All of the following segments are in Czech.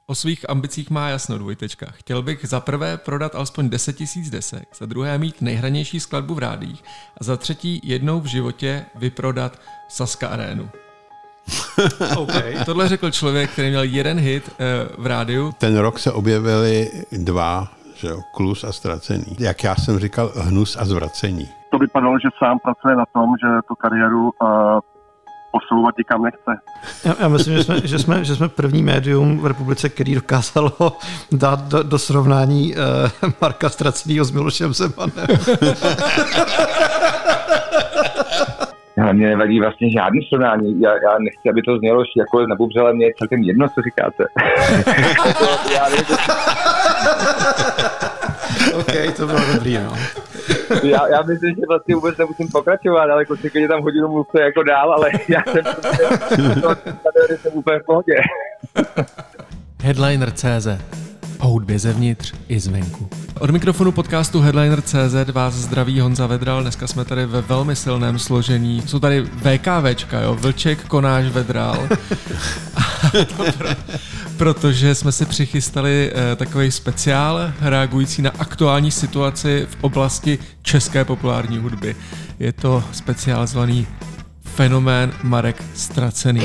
O svých ambicích má jasno, dvojtečka. Chtěl bych za prvé prodat alespoň 10 000 desek, za druhé mít nejhranější skladbu v rádiích a za třetí jednou v životě vyprodat Sazka Arénu. Okay. Tohle řekl člověk, který měl jeden hit v rádiu. Ten rok se objevily dva, že jo, Klus a Ztracený. Jak já jsem říkal, Hnus a Zvracení. To vypadalo, že sám pracuje na tom, že tu kariéru posouvat nikam nechce. Já myslím, že jsme první médium v republice, který dokázalo dát do srovnání Marka Ztracenýho s Milošem Zemanem. Mně nevadí vlastně žádný srovnání. Já nechci, aby to znělo jako nabubřele, mě je celkem jedno, co říkáte. OK, to bylo dobrý, no. Já myslím, že vlastně vůbec nemusím pokračovat, ale klidně tam hodinu mluvte jako dál, ale já jsem tady jsem úplně v pohodě. Headliner.cz. O hudbě zevnitř i zvenku. Od mikrofonu podcastu Headliner.cz vás zdraví Honza Vedral. Dneska jsme tady ve velmi silném složení. Jsou tady VKVčka, jo? Vlček, Konáš, Vedral. Protože jsme si přichystali takový speciál reagující na aktuální situaci v oblasti české populární hudby. Je to speciál zvaný Fenomén Marek Ztracený.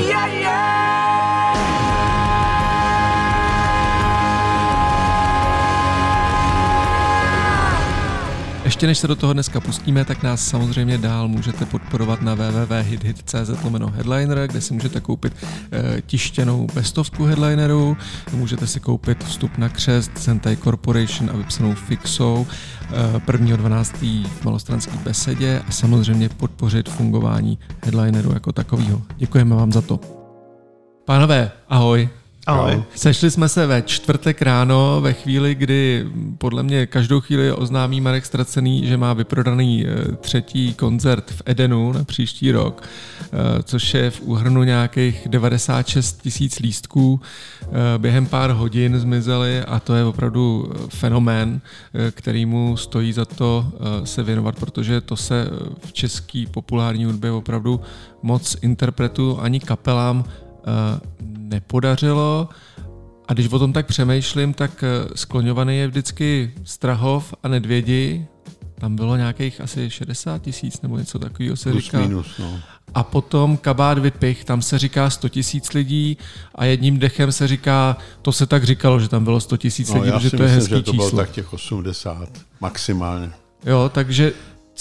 Ještě než se do toho dneska pustíme, tak nás samozřejmě dál můžete podporovat na www.hithit.cz/headliner, kde si můžete koupit tištěnou bestovku Headlinerů, můžete si koupit vstup na křest Sentai Corporation a vypsanou Fixou 1.12. v malostranské besedě a samozřejmě podpořit fungování Headlineru jako takového. Děkujeme vám za to. Pánové, ahoj. Ahoj. Sešli jsme se ve čtvrtek ráno, ve chvíli, kdy podle mě každou chvíli oznámí Marek Ztracený, že má vyprodaný třetí koncert v Edenu na příští rok, což je v úhrnu nějakých 96 000 lístků. Během pár hodin zmizely a to je opravdu fenomén, kterýmu stojí za to se věnovat, protože to se v české populární hudbě opravdu moc interpretů ani kapelám nepodařilo a když o tom tak přemýšlím, tak skloňovaný je vždycky Strahov a Nedvědi. Tam bylo nějakých asi 60 000 nebo něco takového se plus říká. Minus, no. A potom Kabát Vypich, tam se říká 100 000 lidí a jedním dechem se říká, to se tak říkalo, že tam bylo 100 000 lidí, protože to je hezký že to číslo. bylo tak těch 80 maximálně. Jo, takže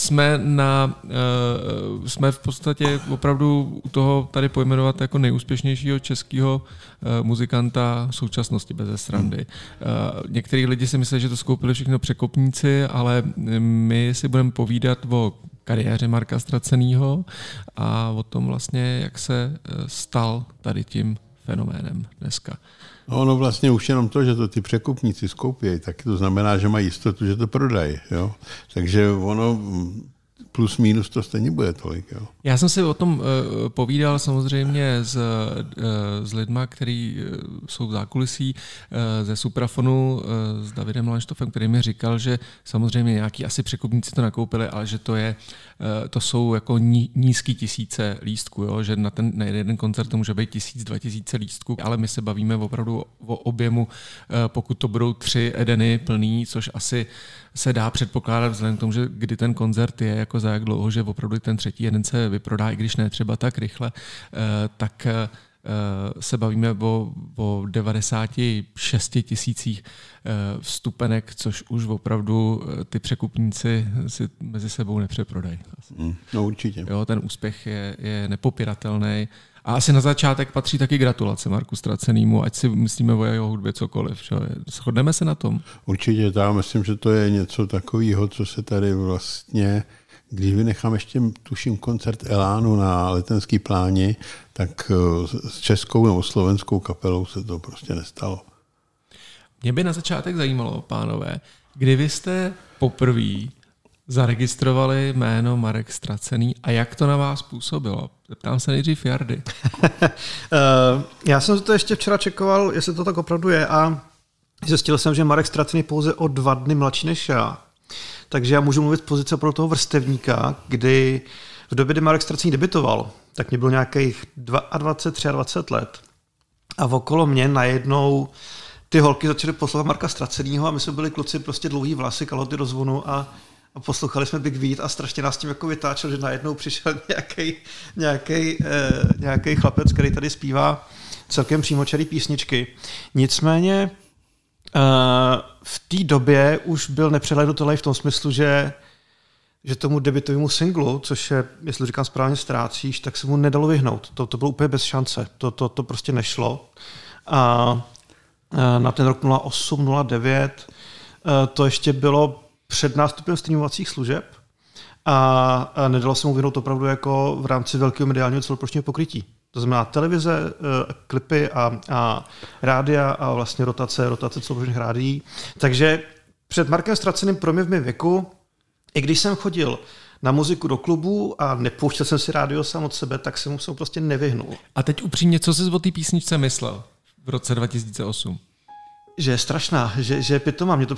jsme v podstatě opravdu u toho tady pojmenovat jako nejúspěšnějšího českého muzikanta současnosti bez srandy. Některý lidi si myslí, že to skoupili všechno překopníci, ale my si budeme povídat o kariéře Marka Ztracenýho a o tom vlastně, jak se stal tady tím fenoménem dneska. No, ono vlastně už jenom to, že to ty překupníci skoupějí, tak to znamená, že mají jistotu, že to prodají. Jo? Takže ono plus minus to stejně bude tolik. Jo? Já jsem si o tom povídal samozřejmě s lidma, kteří jsou v zákulisí, ze Suprafonu, s Davidem Lanštofem, který mi říkal, že samozřejmě nějaký asi překupníci to nakoupili, ale že to jsou jako nízký tisíce lístků, jo? Že na jeden koncert to může být 1000-2000 lístků, ale my se bavíme opravdu o objemu, pokud to budou 3 Edeny plný, což asi se dá předpokládat vzhledem k tomu, že kdy ten koncert je, jako za jak dlouho, že opravdu ten třetí jeden se vyprodá, i když ne třeba tak rychle, tak se bavíme o 96 000 vstupenek, což už opravdu ty překupníci si mezi sebou nepřeprodají. No určitě. Jo, ten úspěch je nepopiratelný. A asi na začátek patří taky gratulace Marku Ztracenýmu, ať si myslíme o jeho hudbě cokoliv. Že? Shodneme se na tom? Určitě, já myslím, že to je něco takového, co se tady vlastně, když vynechám ještě, tuším, koncert Elánu na Letenský pláni, tak s českou nebo slovenskou kapelou se to prostě nestalo. Mě by na začátek zajímalo, pánové, kdy vy jste poprvé zaregistrovali jméno Marek Ztracený a jak to na vás působilo? Zeptám se nejdřív Jardy. Já jsem to ještě včera čekoval, jestli to tak opravdu je a zjistil jsem, že Marek Ztracený je pouze o 2 dny mladší než já. Takže já můžu mluvit z pozice pro toho vrstevníka, kdy v době, kdy Marek Ztracený debitoval, tak mě bylo nějakých 22, 23 let. A okolo mě najednou ty holky začaly poslouchat Marka Ztracenýho a my jsme byli kluci prostě dlouhý vlasy, kalhoty do zvonu a poslouchali jsme Big Beat a strašně nás tím jako vytáčel, že najednou přišel nějaký chlapec, který tady zpívá celkem přímočarý písničky. Nicméně v té době už byl nepřehlédnutelný v tom smyslu, že tomu debitovému singlu, což je, jestli říkám správně, Ztrácíš, tak se mu nedalo vyhnout. To bylo úplně bez šance. To prostě nešlo. A na ten rok 08, 09 to ještě bylo před nástupem streamovacích služeb a nedalo se mu vyhnout opravdu jako v rámci velkého mediálního celoplošného pokrytí. To znamená televize, klipy a rádia a vlastně rotace celoplošných rádií. Takže před Markem Ztraceným pro mě v mém věku, i když jsem chodil na muziku do klubu a nepouštěl jsem si rádio sám od sebe, tak jsem mu prostě nevyhnul. A teď upřímně, co jsi o té písničce myslel v roce 2008? Že je strašná, že je pitomá. Mně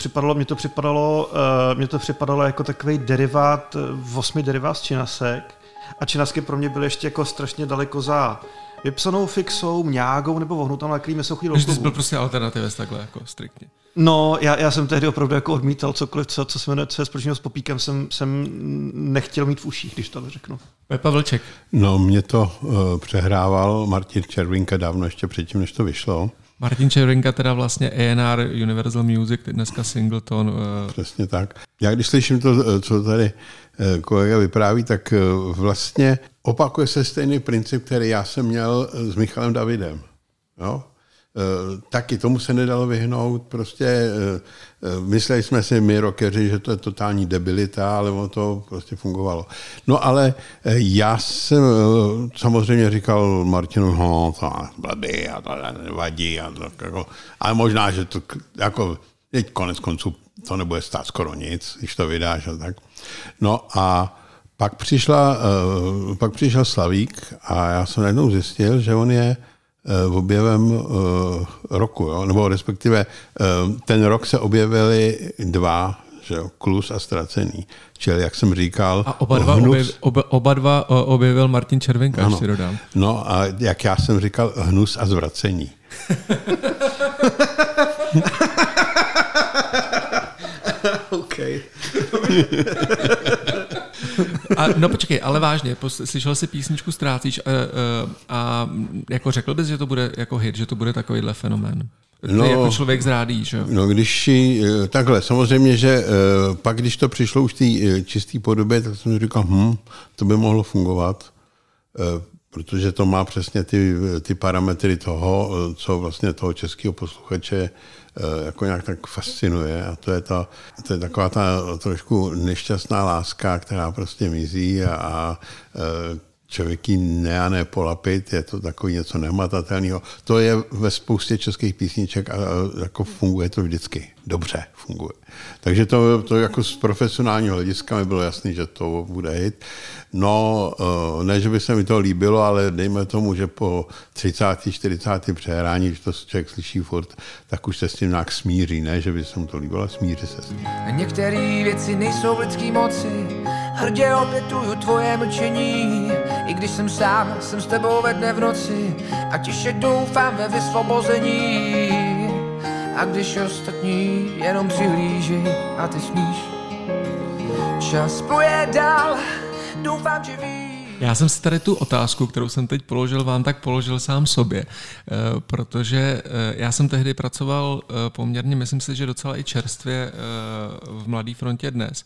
to připadalo jako takový derivát, 8 derivát z činasek. A činasky pro mě byly ještě jako strašně daleko za vypsanou fixou, mňágou nebo vohnutou, na kterými jsem chodil do klubu. Takže jsi byl prostě alternativec takhle jako striktně. No, já jsem tehdy opravdu jako odmítal cokoliv, co se jmenuje, co je společného s Popíkem, jsem nechtěl mít v uších, když to řeknu. Pepa Vlček. No, mě to přehrával Martin Červinka dávno ještě předtím, než to vyšlo. Martin Červinka, teda vlastně A&R Universal Music, dneska Singleton. Přesně tak. Já když slyším to, co tady kolega vypráví, tak vlastně opakuje se stejný princip, který já jsem měl s Michalem Davidem. Jo? Taky tomu se nedalo vyhnout, prostě mysleli jsme si my rockeři, že to je totální debilita, ale ono to prostě fungovalo. No ale já jsem samozřejmě říkal Martinu, to je blbý a to nevadí, ale možná, že to jako teď konec konců to nebude stát skoro nic, když to vydáš a tak. No a pak přišel Slavík a já jsem najednou zjistil, že on je objevem roku, jo? Nebo respektive ten rok se objevili dva, že jo? Klus a Ztracený. Čili, jak jsem říkal... A oba dva objevil Martin Červinka, až si dodám. No a jak já jsem říkal, Hnus a Zvracení. Okay. No počkej, ale vážně, slyšel jsi písničku Ztrácíš a jako řekl bys, že to bude jako hit, že to bude takovýhle fenomén? No, jako člověk z rádií, že jo? No když takhle, samozřejmě, že pak když to přišlo už v té čisté podobě, tak jsem říkal, to by mohlo fungovat, protože to má přesně ty parametry toho, co vlastně toho českého posluchače jako nějak tak fascinuje a to je taková ta trošku nešťastná láska, která prostě mizí a člověk ji ne polapit, je to takový něco nehmatatelného. To je ve spoustě českých písniček a jako funguje to vždycky. Dobře funguje. Takže to jako z profesionálního hlediska mi bylo jasný, že to bude hit. No, ne, že by se mi to líbilo, ale dejme tomu, že po 30. 40. přehrání, když to člověk slyší furt, tak už se s tím nějak smíří, ne, že by se mu to líbilo, smíří se s tím. Některé věci nejsou v lidský moci, hrdě obětuju tvoje mlčení, i když jsem sám, jsem s tebou ve dne v noci a tiše doufám ve vysvobození. A když ostatní jenom přihlíží a ty smíš, čas pluje dál, doufám, že víš. Já jsem si tady tu otázku, kterou jsem teď položil vám, tak položil sám sobě, protože já jsem tehdy pracoval poměrně, myslím si, že docela i čerstvě v Mladé frontě Dnes.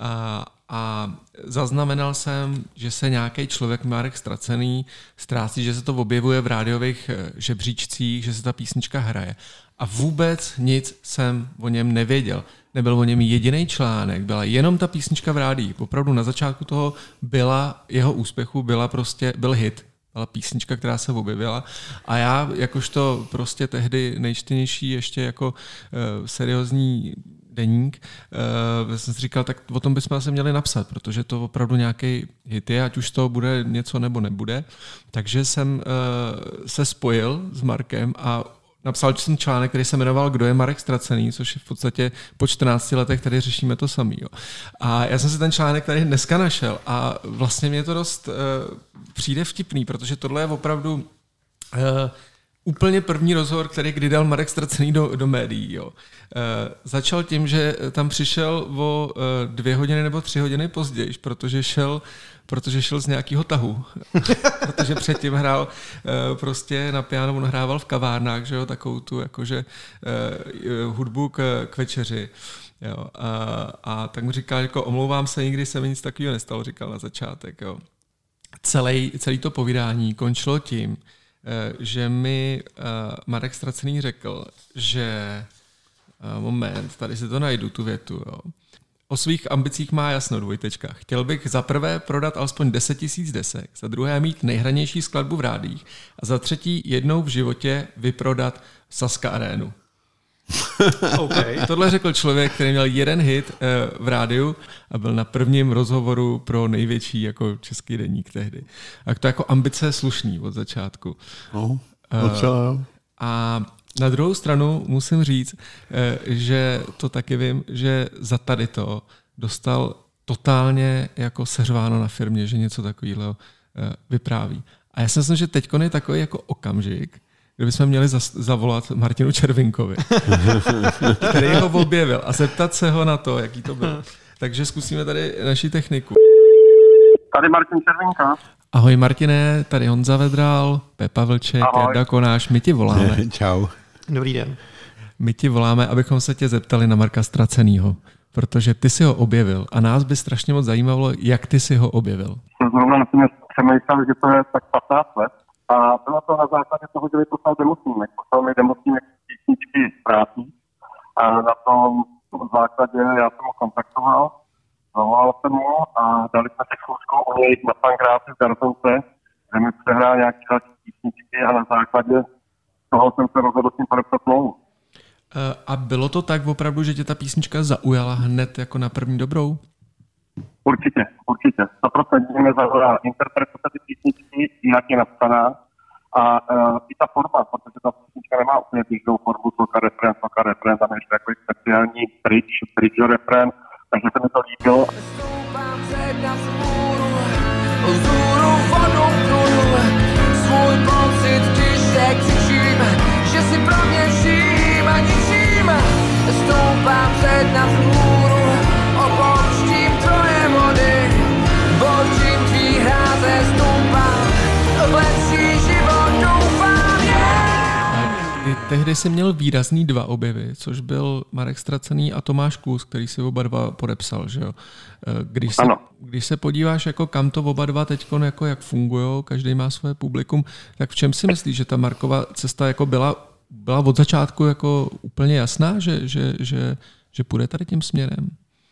A zaznamenal jsem, že se nějaký člověk, Marek Ztracený, ztrácí, že se to objevuje v rádiových žebříčcích, že se ta písnička hraje. A vůbec nic jsem o něm nevěděl. Nebyl o něm jediný článek, byla jenom ta písnička v rádiu. Opravdu na začátku toho jeho úspěchu byl hit. Byla písnička, která se objevila. A já, jakožto prostě tehdy nejčtenější ještě jako seriózní deník, jsem si říkal, tak o tom bychom se měli napsat, protože to opravdu nějaký hit je, ať už to bude něco nebo nebude. Takže jsem se spojil s Markem a napsal jsem článek, který se jmenoval Kdo je Marek Ztracený, což je v podstatě po 14 letech tady řešíme to samý. Jo. A já jsem si ten článek tady dneska našel a vlastně mě to dost přijde vtipný, protože tohle je opravdu úplně první rozhovor, který kdy dal Marek Ztracený do médií. Jo. Začal tím, že tam přišel o 2 hodiny nebo 3 hodiny později, protože šel z nějakého tahu. Protože předtím hrál prostě na piano, on hrával v kavárnách, že jo, takovou tu jakože hudbu k večeři. Jo. A tak mu říkal, jako omlouvám se, nikdy se mi nic takového nestalo, říkal na začátek. Jo. Celý to povídání končilo tím, že mi Marek Ztracený řekl, že moment, tady si to najdu, tu větu. Jo. O svých ambicích má jasno, dvojtečka. Chtěl bych za prvé prodat alespoň 10 000 desek, za druhé mít nejhranější skladbu v rádiích a za třetí jednou v životě vyprodat Sazka arénu. Okay. Tohle řekl člověk, který měl jeden hit v rádiu a byl na prvním rozhovoru pro největší jako český deník tehdy. A to jako ambice slušný od začátku. A na druhou stranu musím říct, že to taky vím, že za tady to dostal totálně jako seřváno na firmě, že něco takového vypráví. A já si myslím, že teď je takový jako okamžik, kdybychom měli zavolat Martinu Červinkovi, který ho objevil a zeptat se ho na to, jaký to byl. Takže zkusíme tady naši techniku. Tady Martin Červinka. Ahoj Martine, tady Honza Vedral, Pepa Vlček, Jarda Konáš, my ti voláme. Čau. Dobrý den. My ti voláme, abychom se tě zeptali na Marka Ztracenýho, protože ty si ho objevil a nás by strašně moc zajímalo, jak ty si ho objevil. Zrovna na tím přemýšlel, že to je tak 15 let. A bylo to na základě toho, že mi poslal demosnímek. Poslal mi demosnímek písničky práci a na tom základě já jsem ho kontaktoval, zavolal jsem mu a dali jsme si schůzku u něj na Pankráci v Garzonce, kde mi přehrál nějaké další písničky a na základě toho jsem se rozhodl s ním podepsat smlouvu. A bylo to tak opravdu, že tě ta písnička zaujala hned jako na první dobrou? Určitě. 100% mě zaujala interpretace ty písničky, jak je napsaná a i ta forma, protože ta písnička nemá úplně běžnou formu, sloka refrén, tam je ještě takový speciální bridge refrén, takže se mi to líbilo. Stoupám se na vzhůru vodou pluju, svůj pocit, když se křičím, že si pro mě vším a ničím. Stoupám se na vzhůru, opouštím tvoje vody, božím tvý hráze stoupám, v lepší život doufám, Tehdy jsi měl výrazný 2 objevy, což byl Marek Ztracený a Tomáš Klus, který si oba dva podepsal, že jo? Když se podíváš, jako kam to oba dva teďko jako jak fungujou, každý má svoje publikum, tak v čem si myslíš, že ta Markova cesta jako byla od začátku jako úplně jasná, že půjde tady tím směrem?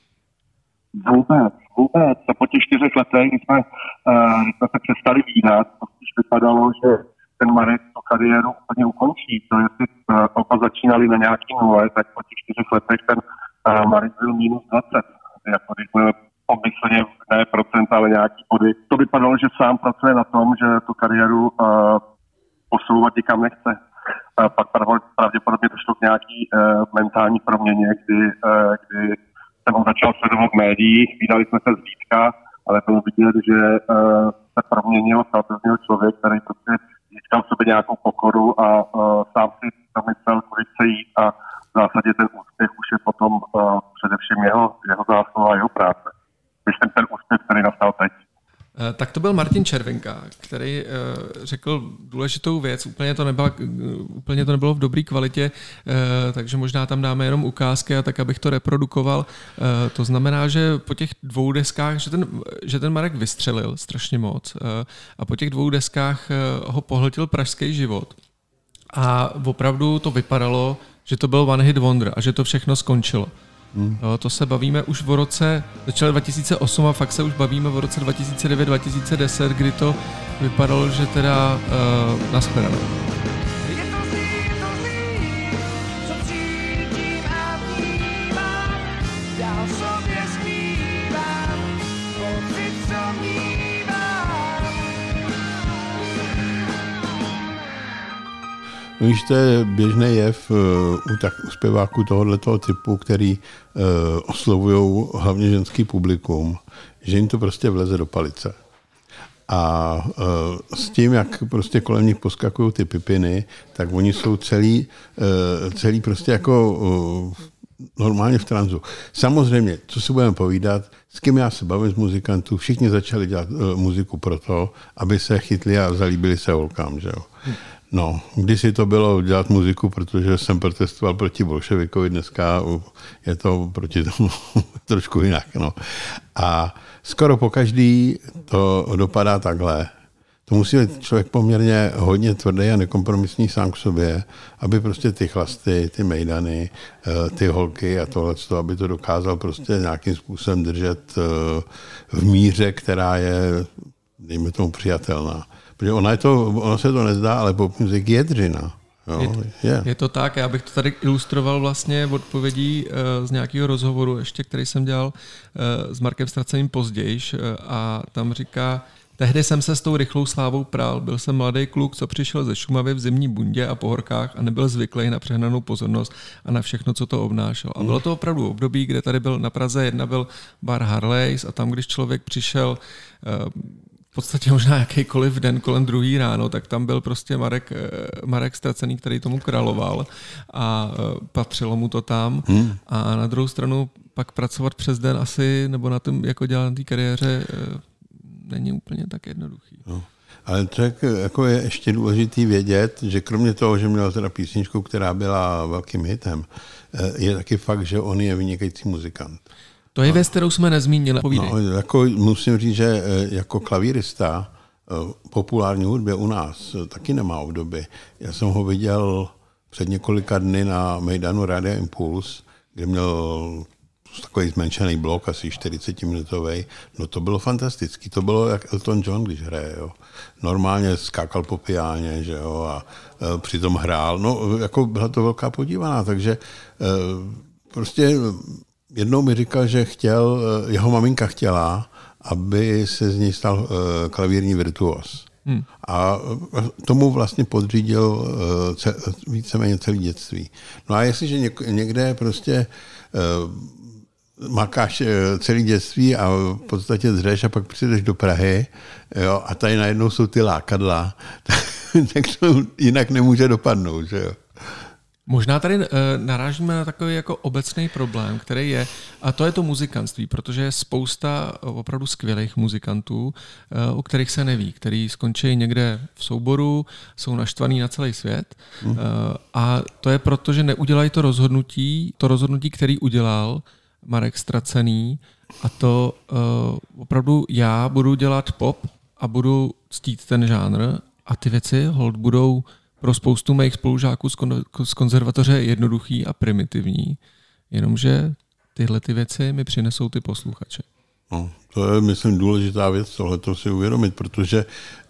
Vůbec. Po těch 4 letech, kdy jsme se přestali vídat, když vypadalo, že ten Marek tu kariéru úplně ukončí. To jestli oba začínali na nějaký nule, tak po těch 4 letech ten Marek byl minus 20. Jako když byl pomyslně ne procent, ale nějaký body. To vypadalo, že sám pracuje na tom, že tu kariéru posouvat nikam nechce. Pak pravděpodobně došlo k nějaký mentální proměně, kdy jsem ho začal sledovat v médiích, vydali jsme se zřídka, ale bylo vidět, že se proměnil, stal se z něho člověk, který prostě získal v sobě nějakou pokoru a sám si zamyslel, kudy chce jít a v zásadě ten úspěch už je potom především jeho zásluha a jeho práce. Myslím ten úspěch, který nastal teď. Tak to byl Martin Červinka, který řekl důležitou věc. Úplně to nebylo v dobré kvalitě, takže možná tam dáme jenom ukázky a tak, abych to reprodukoval. To znamená, že po těch 2 deskách, že ten Marek vystřelil strašně moc a po těch 2 deskách ho pohltil pražský život. A opravdu to vypadalo, že to byl one hit wonder a že to všechno skončilo. To se bavíme už v roce, začalo 2008 a fakt se už bavíme v roce 2009-2010, kdy to vypadalo, že teda nashledanou. Víš, to je běžný jev u zpěváků tohoto typu, který oslovují hlavně ženský publikum, že jim to prostě vleze do palice. A s tím, jak prostě kolem nich poskakují ty pipiny, tak oni jsou celý prostě jako normálně v tranzu. Samozřejmě, co si budeme povídat, s kým já se bavím z muzikantů, všichni začali dělat muziku proto, aby se chytli a zalíbili se holkám, že jo. No, kdysi to bylo dělat muziku, protože jsem protestoval proti bolševikovi, dneska je to proti tomu trošku jinak, no. A skoro pokaždý to dopadá takhle. To musí být člověk poměrně hodně tvrdý a nekompromisní sám k sobě, aby prostě ty chlasty, ty mejdany, ty holky a tohleto, aby to dokázal prostě nějakým způsobem držet v míře, která je, dejme tomu, přijatelná. Protože ono se to nezdá, ale pop music je dřina. Je to tak, já bych to tady ilustroval vlastně odpovědí z nějakého rozhovoru, ještě který jsem dělal s Markem Ztraceným později, a tam říká: tehdy jsem se s tou rychlou slávou prál, byl jsem mladý kluk, co přišel ze Šumavy v zimní bundě a po horkách a nebyl zvyklý na přehnanou pozornost a na všechno, co to obnášelo. A bylo to opravdu období, kde tady byl na Praze 1 byl bar Harleys a tam, když člověk přišel v podstatě možná jakýkoliv den kolem 2 ráno, tak tam byl prostě Marek Ztracený, který tomu královal a patřilo mu to tam. A na druhou stranu pak pracovat přes den asi, nebo na tom, jako dělat na té kariéře, není úplně tak jednoduchý. No. Ale to jako je ještě důležitý vědět, že kromě toho, že měl teda písničku, která byla velkým hitem, je taky fakt, že on je vynikající muzikant. To je věc, kterou jsme nezmínili. No, jako musím říct, že jako klavírista populární hudbě u nás taky nemá obdoby. Já jsem ho viděl před několika dny na mejdanu Rádia Impuls, kde měl takový zmenšený blok, asi 40-minutový. No to bylo fantastický. To bylo jak Elton John, když hraje. Jo. Normálně skákal po piáně, že jo, a přitom hrál. No, jako byla to velká podívaná, takže prostě jednou mi říkal, že jeho maminka chtěla, aby se z něj stal klavírní virtuos. A tomu vlastně podřídil víceméně celé dětství. No a jestliže někde prostě makáš celé dětství a v podstatě dřeš a pak přijdeš do Prahy, jo, a tady najednou jsou ty lákadla, tak to jinak nemůže dopadnout, že jo. Možná tady narážíme na takový jako obecný problém, který je, a to je to muzikantství, protože je spousta opravdu skvělých muzikantů, o kterých se neví, který skončí někde v souboru, jsou naštvaný na celý svět, a to je proto, že neudělají to rozhodnutí, který udělal Marek Ztracený, a to opravdu já budu dělat pop a budu ctít ten žánr a ty věci hold budou pro spoustu mých spolužáků z konzervatoře jednoduchý a primitivní, jenomže tyhle ty věci mi přinesou ty posluchače. No, to je, myslím, důležitá věc, tohleto si uvědomit, protože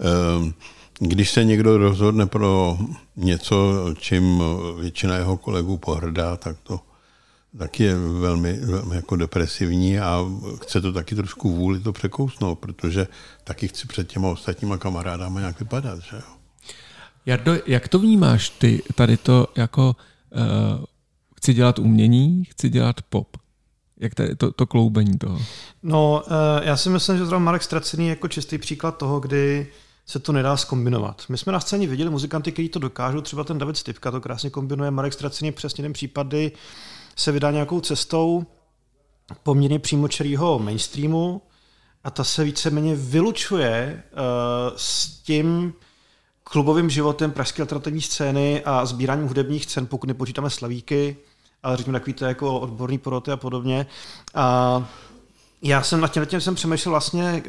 když se někdo rozhodne pro něco, čím většina jeho kolegů pohrdá, tak to taky je velmi, velmi jako depresivní a chce to taky trošku vůli to překousnout, protože taky chci před těma ostatníma kamarádama nějak vypadat, že jo. Jardo, jak to vnímáš ty tady to jako chci dělat umění, chci dělat pop? Jak tady to kloubení toho? No, já si myslím, že Marek Ztracený je jako čistý příklad toho, kdy se to nedá zkombinovat. My jsme na scéně viděli muzikanty, kteří to dokážou, třeba ten David Stypka to krásně kombinuje, Marek Ztracený přesně ten případ, kdy se vydá nějakou cestou poměrně přímočarýho mainstreamu a ta se víceméně vylučuje s tím klubovým životem pražské alternativní scény a sbíráním hudebních cen, pokud nepočítáme slavíky, ale řekněme takový to jako odborný poroty a podobně. A já jsem nad tím jsem přemýšlel vlastně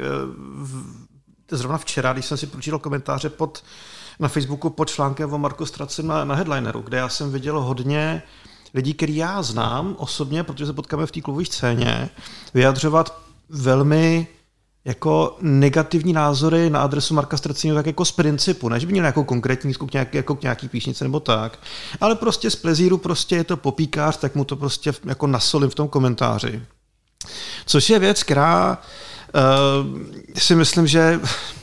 zrovna včera, když jsem si pročítal komentáře na Facebooku pod článkem o Marku Ztraceném na Headlineru, kde já jsem viděl hodně lidí, který já znám osobně, protože se potkáme v té klubové scéně, vyjadřovat velmi jako negativní názory na adresu Marka Ztraceného, tak jako z principu, ne, že by měl nějakou konkrétní výzkum jako k nějaký píšnice nebo tak, ale prostě z plezíru prostě je to popíkář, tak mu to prostě jako nasolím v tom komentáři. Což je věc, která si myslím, že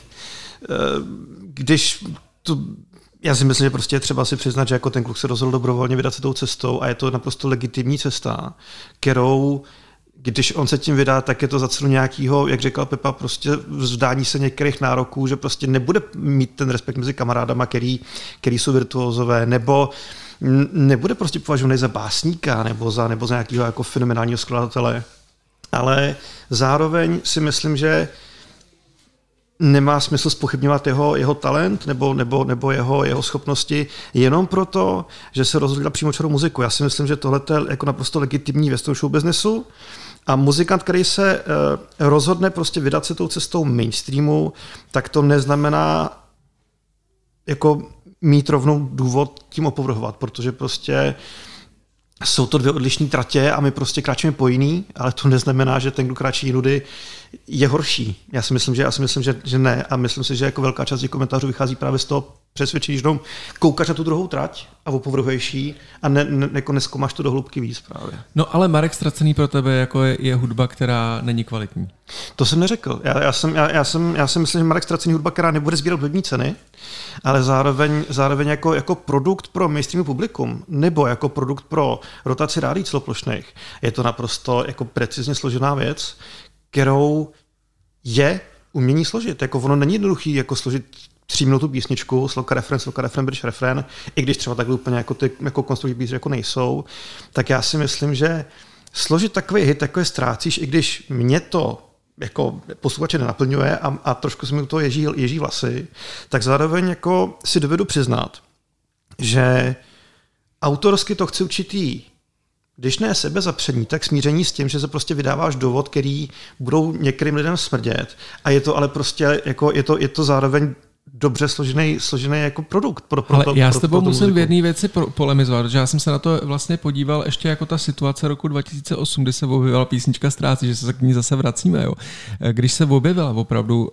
když to já si myslím, že prostě je třeba si přiznat, že jako ten kluk se rozhodl dobrovolně vydat se tou cestou a je to naprosto legitimní cesta, kterou když on se tím vydá, tak je to za cenu nějakého, jak říkal Pepa, prostě vzdání se některých nároků, že prostě nebude mít ten respekt mezi kamarádama, který jsou virtuózové, nebo nebude prostě považovaný za básníka nebo za nějakého jako fenomenálního skladatele. Ale zároveň si myslím, že nemá smysl zpochybňovat jeho talent nebo jeho schopnosti jenom proto, že se rozhodl na přímočarou muziku. Já si myslím, že tohle je jako naprosto legitimní věc toho showbiznesu a muzikant, který se rozhodne prostě vydat se tou cestou mainstreamu, tak to neznamená jako mít rovnou důvod tím opovrhovat, protože prostě jsou to dvě odlišné tratě a my prostě kráčíme po jiný, ale to neznamená, že ten, kdo kráčí jinudy, je horší. Já si myslím, že ne a myslím si, že jako velká část těch komentářů vychází právě z toho přesvědčení, že koukáš na tu druhou trať a opovrhuješ a jako nezkoumáš to do hloubky víc právě. No ale Marek Ztracený pro tebe jako je hudba, která není kvalitní. To jsem neřekl. Já si myslím, že Marek Ztracený hudba, která nebude sbírat hudební ceny, ale zároveň jako produkt pro mainstreamový publikum nebo jako produkt pro rotaci rádií celoplošných. Je to naprosto jako precizně složená věc, kterou je umění složit. Jako ono není jednoduchý jako složit 3 minutu písničku, sloka, refrén, bridge, refrén, i když třeba takhle úplně jako ty jako konstrukční písničky jako nejsou, tak já si myslím, že složit takový hit, jako je ztrácíš, i když mě to jako posluchače nenaplňuje a trošku se mi to ježí vlasy, tak zároveň jako si dovedu přiznat, že autorsky to chci určitý, když ne sebezapření, tak smíření s tím, že se prostě vydáváš dovod, který budou některým lidem smrdět a je to ale prostě jako je to zároveň dobře složený jako produkt. Ale já s tebou musím v jedné věci polemizovat, že já jsem se na to vlastně podíval ještě jako ta situace roku 2008, kdy se objevila písnička Ztrácí, že se k ní zase vracíme. Jo. Když se objevila opravdu,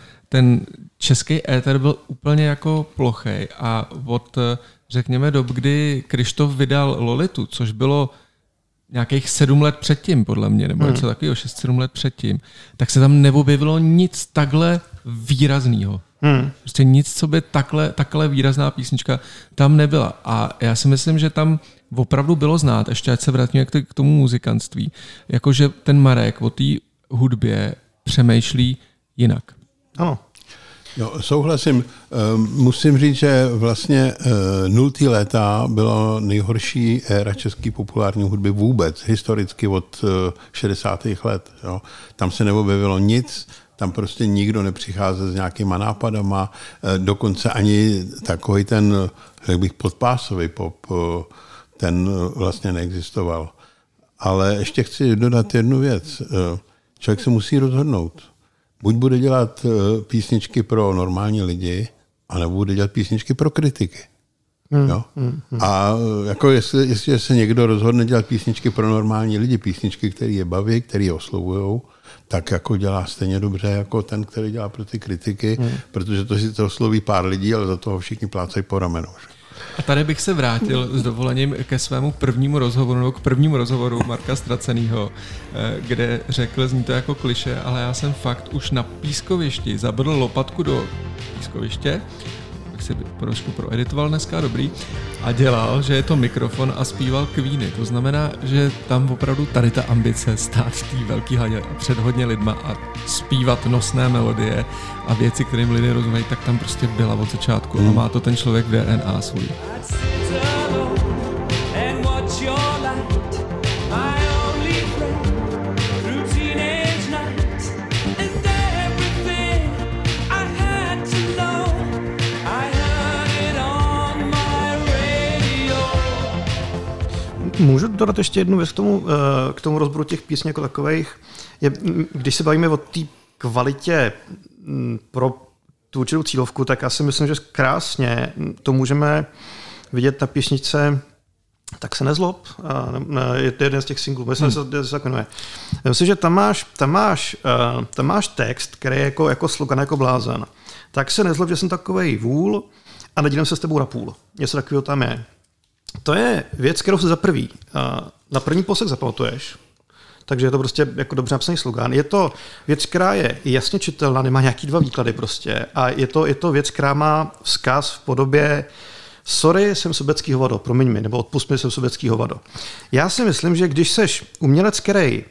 ten český éter byl úplně jako plochej a od, řekněme, dob, kdy Kryštof vydal Lolitu, což bylo nějakých 7 let předtím, podle mě, nebo něco takového, 6-7 let předtím, tak se tam neobjevilo nic takhle výrazného. Prostě nic, co by takhle výrazná písnička tam nebyla. A já si myslím, že tam opravdu bylo znát, ještě ať se vrátíme k tomu muzikantství, jakože ten Marek o té hudbě přemýšlí jinak. Ano. Jo, souhlasím. Musím říct, že vlastně 0. léta byla nejhorší éra české populární hudby vůbec, historicky od 60. let. Jo. Tam se neobjevilo nic, tam prostě nikdo nepřicházel s nějakýma nápadama, dokonce ani takový ten, řekl bych, podpásový pop, ten vlastně neexistoval. Ale ještě chci dodat jednu věc. Člověk se musí rozhodnout. Buď bude dělat písničky pro normální lidi, anebo bude dělat písničky pro kritiky. Jo? A jako jestli se někdo rozhodne dělat písničky pro normální lidi, písničky, které je baví, které je oslovujou, tak jako dělá stejně dobře jako ten, který dělá pro ty kritiky, protože to si to osloví pár lidí, ale za toho všichni plácají po ramenou. A tady bych se vrátil s dovolením ke svému prvnímu rozhovoru, nebo k prvnímu rozhovoru Marka Ztracenýho, kde řekl, zní to jako kliše, ale já jsem fakt už na pískovišti zabrdl lopatku do pískoviště, tak si trošku proeditoval dneska, dobrý, a dělal, že je to mikrofon a zpíval Queeny. To znamená, že tam opravdu tady ta ambice stát v té velký haně před hodně lidma a zpívat nosné melodie a věci, kterým lidé rozumějí, tak tam prostě byla od začátku a má to ten člověk v DNA svůj. Můžu dodat ještě jednu věc k tomu rozboru těch písní jako takových. Když se bavíme o té kvalitě pro tu určitou cílovku, tak já si myslím, že krásně to můžeme vidět na písničce Tak se nezlob. Je to jeden z těch singlů. Myslím, že se jmenuje. Myslím, že tam máš text, který je jako slogan, jako blázen. Tak se nezlob, že jsem takovej vůl a nedělím se s tebou na půl. Něco takového tam je. To je věc, kterou se za prvý na první poslech zapamatuješ, takže je to prostě jako dobře napsaný slogan. Je to věc, která je jasně čitelná, nemá nějaký 2 výklady prostě a je to věc, která má vzkaz v podobě sorry, jsem sobecký hovado, promiň mi, nebo odpust mi, jsem sobecký hovado. Já si myslím, že když seš umělec, který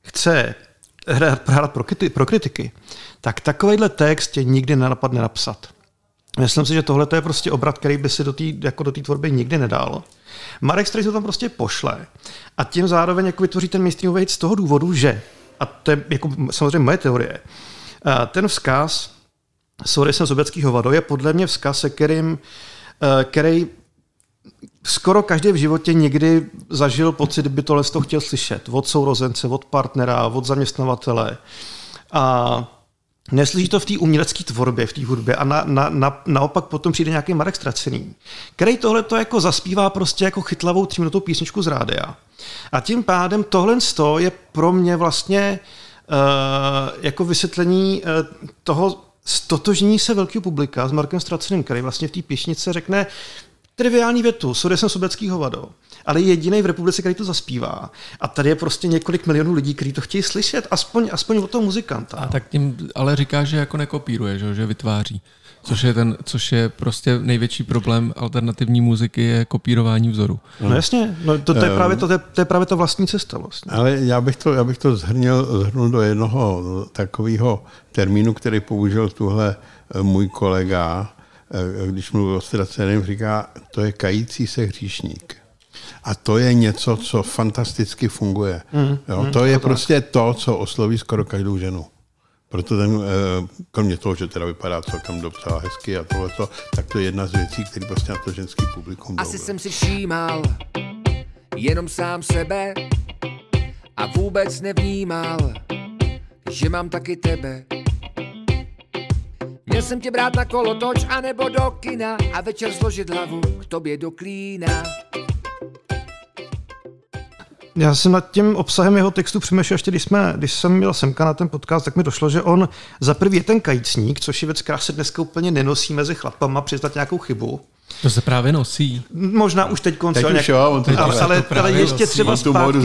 chce hrát pro kritiky, tak takovejhle text tě nikdy nenapadne napsat. Myslím si, že tohle je prostě obrat, který by si do té tvorby nikdy nedal. Marek Strait to tam prostě pošle a tím zároveň jako vytvoří ten mainstreamový hit z toho důvodu, že, a to je jako samozřejmě moje teorie, ten vzkaz Sorry, jsem sobecký hovado je podle mě vzkaz, se který skoro každý v životě někdy zažil pocit, by tohle to chtěl slyšet. Od sourozence, od partnera, od zaměstnavatele. A neslyší to v té umělecké tvorbě, v té hudbě a naopak potom přijde nějaký Marek Ztracený, který tohle to jako zaspívá prostě jako chytlavou 3minutovou písničku z rádia. A tím pádem tohle je pro mě vlastně jako vysvětlení toho stotožnění se velkého publika s Markem Ztraceným, který vlastně v té písničce řekne triviální větu, sorry, jsem sobecký hovado, ale jediný v republice, který to zaspívá. A tady je prostě několik milionů lidí, kteří to chtějí slyšet, aspoň od toho muzikanta. A tak tím ale říká, že jako nekopíruje, že vytváří. Což je prostě největší problém alternativní muziky, je kopírování vzoru. No jasně, no to je právě ta vlastní cesta vlastně. Ale já bych to zhrnul do jednoho takového termínu, který použil tuhle můj kolega, když mluvil o Ztraceném, říká, to je kající se hříšník. A to je něco, co fantasticky funguje. To je prostě to, co osloví skoro každou ženu. Proto kromě toho, že teda vypadá celkem docela hezky a tohleto, tak to je jedna z věcí, které prostě na to ženský publikum asi jsem si všímal jenom sám sebe a vůbec nevnímal, že mám taky tebe. Měl jsem tě brát na kolotoč anebo do kina a večer složit hlavu k tobě do klína. Já jsem nad tím obsahem jeho textu přemýšlel ještě, když jsem měl semka na ten podcast, tak mi došlo, že on za prvý je ten kajícník, což je věc, která se dneska úplně nenosí mezi chlapama, přiznat nějakou chybu. To se právě nosí. Možná už teď konce. Ale ještě třeba zpátky.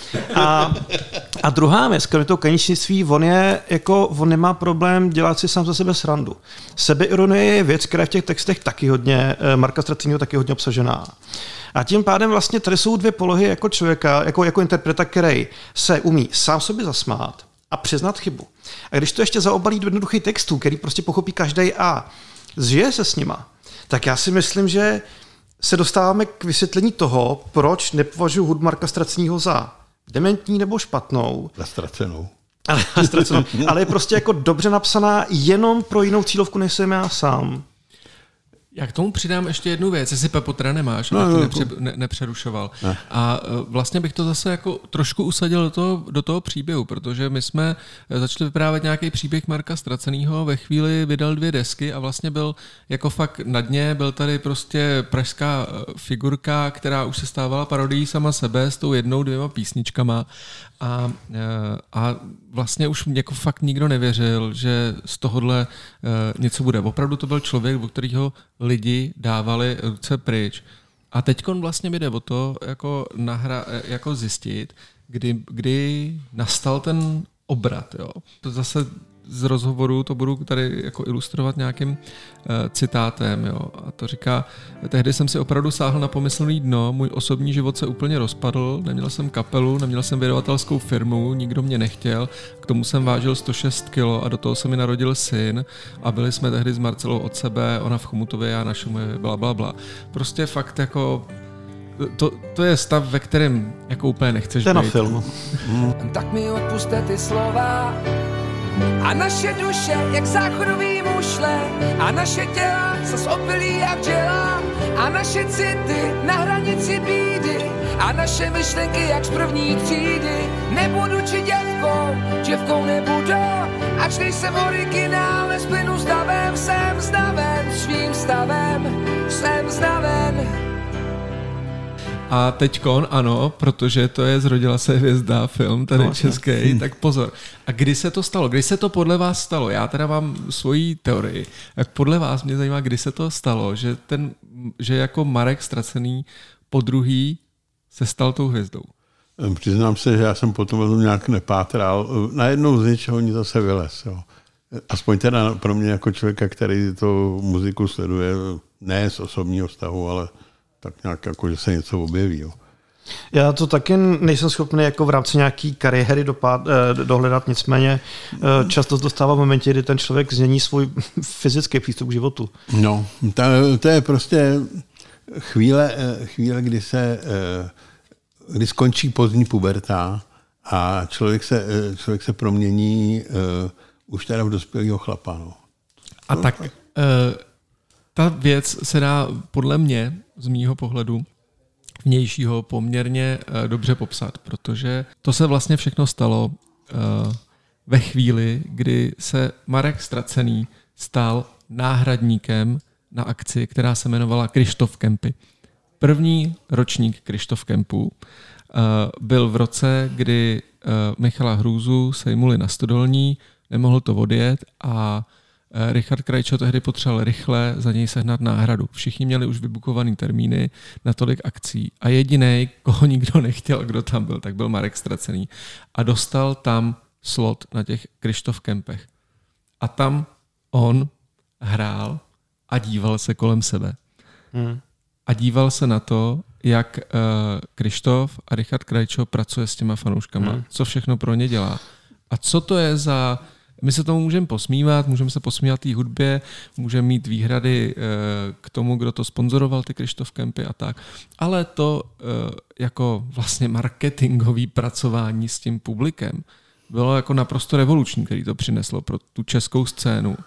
A druhá věc, kromě toho kajíčnictví, on nemá problém dělat si sám za sebe srandu. Sebeironie je věc, která je v těch textech taky hodně, Marka Ztracenýho taky hodně obsažená. A tím pádem vlastně tady jsou dvě polohy jako člověka, jako interpreta, který se umí sám sobě zasmát a přiznat chybu. A když to ještě zaobalí do jednoduchých textů, který prostě pochopí každej a zžije se s nima, tak já si myslím, že se dostáváme k vysvětlení toho, proč nepovažuji hudbu Marka Ztracenýho za dementní nebo špatnou. Zastracenou. Ale je prostě jako dobře napsaná jenom pro jinou cílovku, než jsem já sám. Já k tomu přidám ještě jednu věc, jestli Pepo teda nemáš, nepřerušoval. Ne. A vlastně bych to zase jako trošku usadil do toho příběhu, protože my jsme začali vyprávět nějaký příběh Marka Ztracenýho, ve chvíli vydal 2 desky a vlastně byl jako fakt na dně, byl tady prostě pražská figurka, která už se stávala parodií sama sebe s tou 1-2 písničkama a vlastně už jako fakt nikdo nevěřil, že z tohohle něco bude. Opravdu to byl člověk, o kterého lidi dávali ruce pryč. A teďkon vlastně mi jde o to jako zjistit, kdy nastal ten obrat. Jo. To zase z rozhovoru to budu tady jako ilustrovat nějakým citátem. Jo. A to říká, tehdy jsem si opravdu sáhl na pomyslný dno, můj osobní život se úplně rozpadl, neměl jsem kapelu, neměl jsem vydavatelskou firmu, nikdo mě nechtěl, k tomu jsem vážil 106 kilo a do toho se mi narodil syn a byli jsme tehdy s Marcelou od sebe, ona v Chomutově, já na Šumavě, blablabla. Prostě fakt jako to je stav, ve kterém jako úplně nechceš být. To je na filmu. Tak mi odpuste ty slova a naše duše jak záchodový mušle a naše těla se zopilí jak včela a naše city na hranici bídy a naše myšlenky jak z první třídy. Nebudu či děvkou nebudu, ač nejsem originál, nesplynu s davem, jsem znaven svým stavem, jsem znaven. A teďkon, ano, protože to je Zrodila se hvězda, film tady český, tak pozor. A kdy se to stalo? Kdy se to podle vás stalo? Já teda mám svoji teorii. Jak podle vás mě zajímá, kdy se to stalo, že jako Marek Ztracený podruhý se stal tou hvězdou? Přiznám se, že já jsem potom nějak nepátral. Najednou z něčeho ní zase vylez. Jo. Aspoň teda pro mě jako člověka, který to muziku sleduje, ne z osobního vztahu, ale tak nějak jako, že se něco objeví. Jo. Já to taky nejsem schopný jako v rámci nějaký kariéry dohledat, nicméně často dostává v momentě, kdy ten člověk změní svůj fyzický přístup k životu. No, to je prostě chvíle, kdy skončí pozdní puberta a člověk se promění už teda v dospělého chlapa. No. A tak ta věc se dá podle mě, z mýho pohledu, vnějšího poměrně dobře popsat, protože to se vlastně všechno stalo ve chvíli, kdy se Marek Ztracený stal náhradníkem na akci, která se jmenovala Kryštof Kempy. První ročník Kryštof Kempu byl v roce, kdy Michala Hrůzu sejmuli na Stodolní, nemohl to odjet a Richard Krajčo tehdy potřeboval rychle za něj sehnat náhradu. Všichni měli už vybukovaný termíny na tolik akcí a jedinej, koho nikdo nechtěl, kdo tam byl, tak byl Marek Ztracený. A dostal tam slot na těch Kryštof Kempech. A tam on hrál a díval se kolem sebe. A díval se na to, jak Kryštof a Richard Krajčo pracuje s těma fanouškama, co všechno pro ně dělá. A co to je za... My se tomu můžeme posmívat, můžeme se posmívat té hudbě, můžeme mít výhrady k tomu, kdo to sponzoroval, ty Kryštof Kempy a tak. Ale to jako vlastně marketingový pracování s tím publikem bylo jako naprosto revoluční, který to přineslo pro tu českou scénu.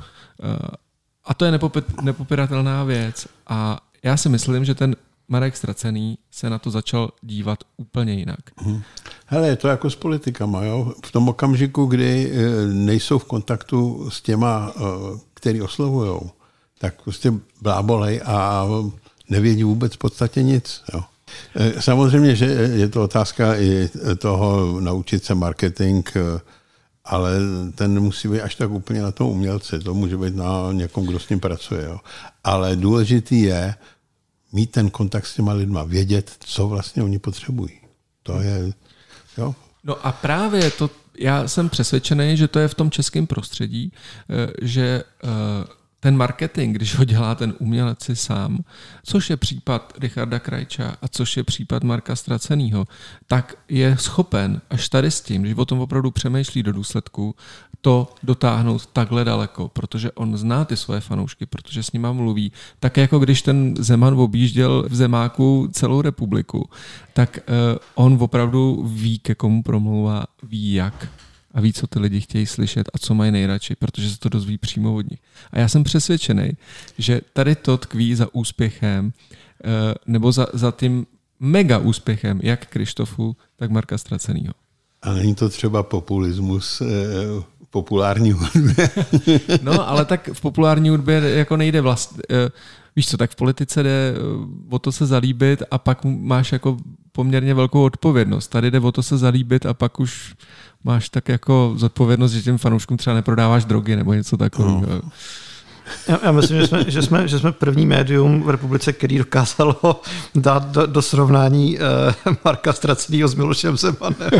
A to je nepopiratelná věc. A já si myslím, že ten Marek Ztracený se na to začal dívat úplně jinak. Hele, je to jako s politikama. Jo? V tom okamžiku, kdy nejsou v kontaktu s těma, který oslovujou, tak prostě blábolej a nevědí vůbec v podstatě nic. Jo? Samozřejmě, že je to otázka i toho naučit se marketing, ale ten nemusí být až tak úplně na tom umělci. To může být na někom, kdo s ním pracuje. Jo? Ale důležitý je mít ten kontakt s těma lidma, vědět, co vlastně oni potřebují. To je, jo. No a právě to, já jsem přesvědčený, že to je v tom českém prostředí, že ten marketing, když ho dělá ten umělec si sám, což je případ Richarda Krajča a což je případ Marka Ztracenýho, tak je schopen až tady s tím, když o tom opravdu přemýšlí do důsledku, to dotáhnout takhle daleko, protože on zná ty svoje fanoušky, protože s nima mluví. Tak jako když ten Zeman objížděl v Zemáku celou republiku, tak on opravdu ví, ke komu promlouvá, ví jak a ví, co ty lidi chtějí slyšet a co mají nejradši, protože se to dozví přímo od nich. A já jsem přesvědčený, že tady to tkví za úspěchem nebo za tím mega úspěchem jak Kryštofu, tak Marka Ztracenýho. A není to třeba populismus populární hudbě? No, ale tak v populární hudbě jako nejde vlastně. Víš co, tak v politice jde o to se zalíbit a pak máš jako poměrně velkou odpovědnost. Tady jde o to se zalíbit a pak už máš tak jako zodpovědnost, že těm fanouškům třeba neprodáváš drogy nebo něco takového. No. Já myslím, že jsme první médium v republice, který dokázalo dát do srovnání Marka Ztracenýho s Milošem Zemanem.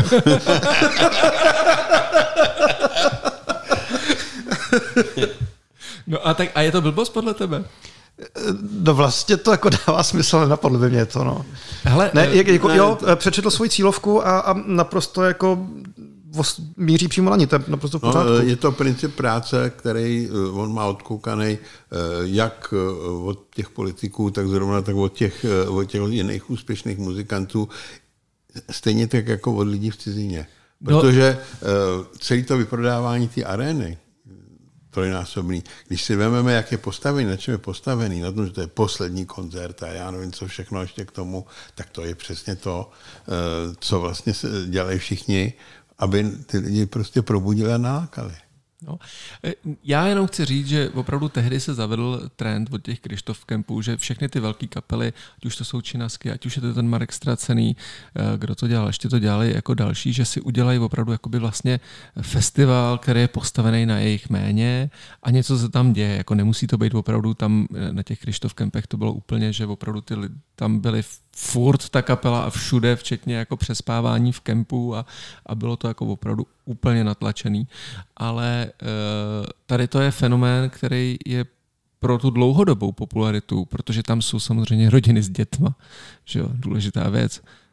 No a tak a je to blbost podle tebe? No vlastně to jako dává smysl, nenapadlo by mě to, no. Hele, přečetl svoji cílovku a naprosto jako míří přímo na ní, to je naprosto v pořádku. Je to princip práce, který on má odkoukaný jak od těch politiků, tak zrovna tak od těch jiných úspěšných muzikantů, stejně tak jako od lidí v cizině. Protože celé to vyprodávání té arény, trojnásobný. Když si vezmeme, jak je postavený, na čem je postavený, na tom, že to je poslední koncert a já nevím, co všechno ještě k tomu, tak to je přesně to, co vlastně dělají všichni, aby ty lidi prostě probudili a nalákali. No. Já jenom chci říct, že opravdu tehdy se zavedl trend od těch Kryštof Kempů, že všechny ty velké kapely, ať už to jsou Činasky, ať už je to ten Marek Ztracený, kdo to dělal, ještě to dělali jako další, že si udělají opravdu jakoby vlastně festival, který je postavený na jejich jméně a něco se tam děje. Jako nemusí to být opravdu tam na těch Kryštof Kempech, to bylo úplně, že opravdu ty lidi tam byli furt ta kapela a všude, včetně jako přespávání v kempu a bylo to jako opravdu úplně natlačený. Ale tady to je fenomén, který je pro tu dlouhodobou popularitu, protože tam jsou samozřejmě rodiny s dětma, že jo, důležitá věc,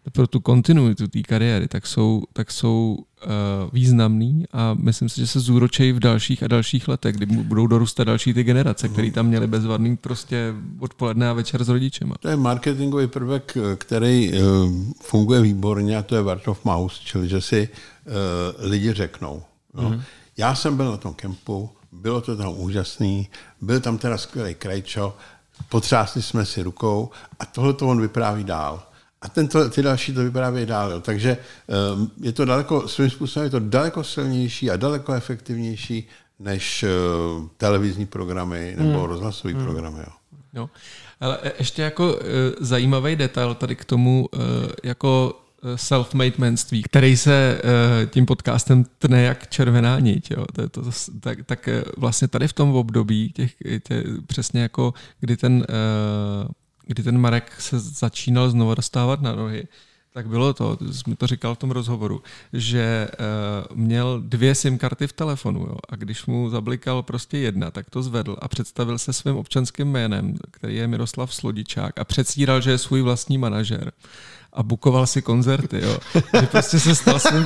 pro tu kontinuitu té kariéry, tak jsou významný a myslím si, že se zúročejí v dalších a dalších letech, kdy budou dorůstat další ty generace, které tam měly bezvadný prostě odpoledne a večer s rodičema. To je marketingový prvek, který funguje výborně a to je word of mouth, čili že si lidi řeknou. No. Já jsem byl na tom kempu, bylo to tam úžasný, byl tam teda skvělý Krejčo, potřásli jsme si rukou a tohle to on vypráví dál. A ty další to vyprávějí dál. Jo. Takže je to daleko, svým způsobem je to daleko silnější a daleko efektivnější než televizní programy nebo rozhlasové programy. Jo. No, ale ještě jako zajímavý detail tady k tomu jako self-made manství, který se tím podcastem tne jak červená niť. Jo. Tak vlastně tady v tom období, přesně jako kdy ten Marek se začínal znovu dostávat na nohy, tak bylo to, jsi mi to říkal v tom rozhovoru, že měl 2 SIM karty v telefonu, jo, a když mu zablikal prostě jedna, tak to zvedl a představil se svým občanským jménem, který je Miroslav Slodičák a předstíral, že je svůj vlastní manažer a bukoval si koncerty, jo. Že prostě se stal svým...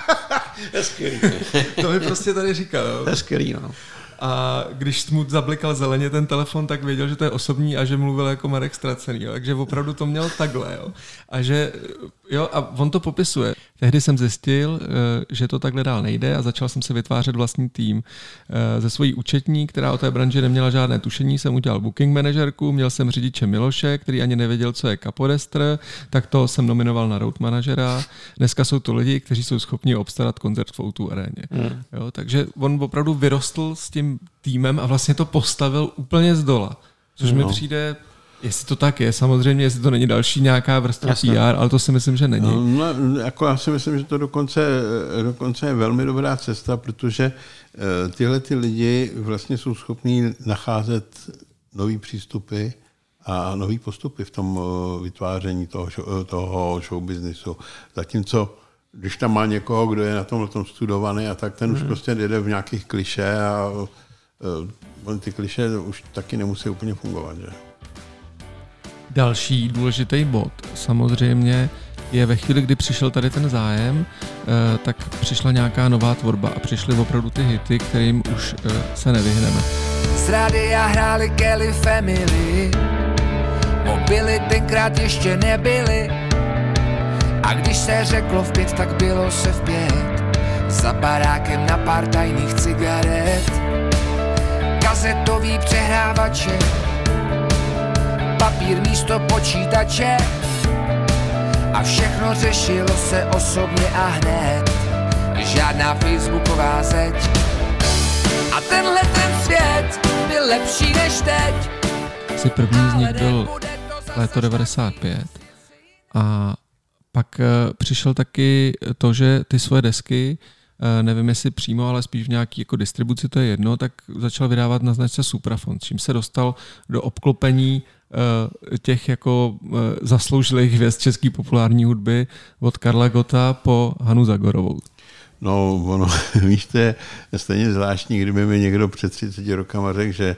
To mi prostě tady říkal, jo. To je skvělý, no. A když mu zablikal zeleně ten telefon, tak věděl, že to je osobní a že mluvil jako Marek Ztracený. Jo. Takže opravdu to měl takhle. Jo. A že, jo, a on to popisuje. Tehdy jsem zjistil, že to takhle dál nejde a začal jsem se vytvářet vlastní tým. Ze svojí účetní, která o té branži neměla žádné tušení, jsem udělal booking manažerku, měl jsem řidiče Miloše, který ani nevěděl, co je kapodestr, tak to jsem nominoval na road manažera. Dneska jsou to lidi, kteří jsou schopni obstarat koncert v O2 aréně. Jo, takže on opravdu vyrostl s tím týmem a vlastně to postavil úplně z dola. Což mi přijde, jestli to tak je, samozřejmě, jestli to není další nějaká vrstva PR, ale to si myslím, že není. No, jako já si myslím, že to dokonce je velmi dobrá cesta, protože tyhle ty lidi vlastně jsou schopní nacházet nový přístupy a nový postupy v tom vytváření toho show businessu. Zatímco když tam má někoho, kdo je na tom studovaný, a tak ten už prostě jede v nějakých klišé a ty klišé už taky nemusí úplně fungovat. Že? Další důležitý bod samozřejmě je ve chvíli, kdy přišel tady ten zájem, tak přišla nějaká nová tvorba a přišly opravdu ty hity, kterým už se nevyhneme. Z rádia hráli Kelly Family, mobily tenkrát ještě nebyly. A když se řeklo v 5, tak bylo se v 5. Za barákem na pár tajných cigaret. Kazetový přehrávače, papír místo počítače. A všechno řešilo se osobně a hned. Žádná facebooková zeď. A tenhle ten svět byl lepší než teď. Si první z nich byl léto 95 a pak přišel taky to, že ty svoje desky, nevím jestli přímo, ale spíš v nějaký jako distribuci, to je jedno, tak začal vydávat na značce Suprafon, čím se dostal do obklopení těch jako zasloužilých hvězd české populární hudby od Karla Gotta po Hanu Zagorovou. No, ono, víš, to je stejně zvláštní, kdyby mi někdo před 30 rokama řekl, že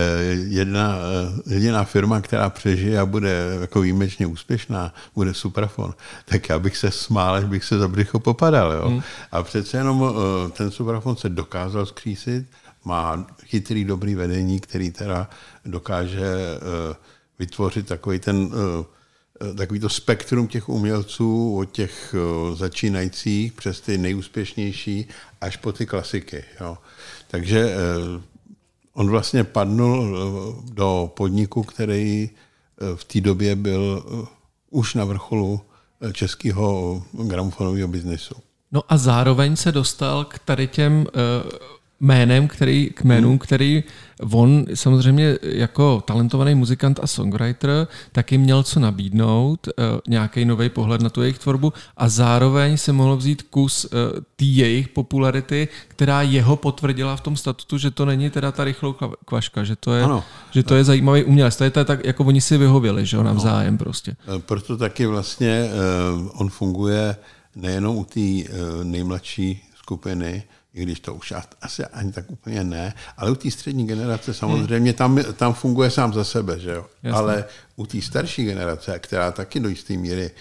jediná firma, která přežije a bude jako výjimečně úspěšná, bude Suprafon, tak já bych se smál, až bych se za břicho popadal. Jo? A přece jenom ten Suprafon se dokázal zkřísit, má chytrý, dobrý vedení, který teda dokáže vytvořit takový to spektrum těch umělců od těch začínajících přes ty nejúspěšnější až po ty klasiky. Jo. Takže on vlastně padnul do podniku, který v té době byl už na vrcholu českého gramofonového biznesu. No a zároveň se dostal k tady těm jménům, který on samozřejmě jako talentovaný muzikant a songwriter taky měl co nabídnout, nějaký nový pohled na tu jejich tvorbu a zároveň se mohl vzít kus té jejich popularity, která jeho potvrdila v tom statutu, že to není teda ta rychlou kvaška, že to je zajímavý umělec. To je tak, jako oni si vyhověli, že navzájem prostě. Proto taky vlastně on funguje nejenom u té nejmladší skupiny, i když to už asi ani tak úplně ne, ale u té střední generace samozřejmě tam funguje sám za sebe, že jo. Ale u té starší generace, která taky do jisté míry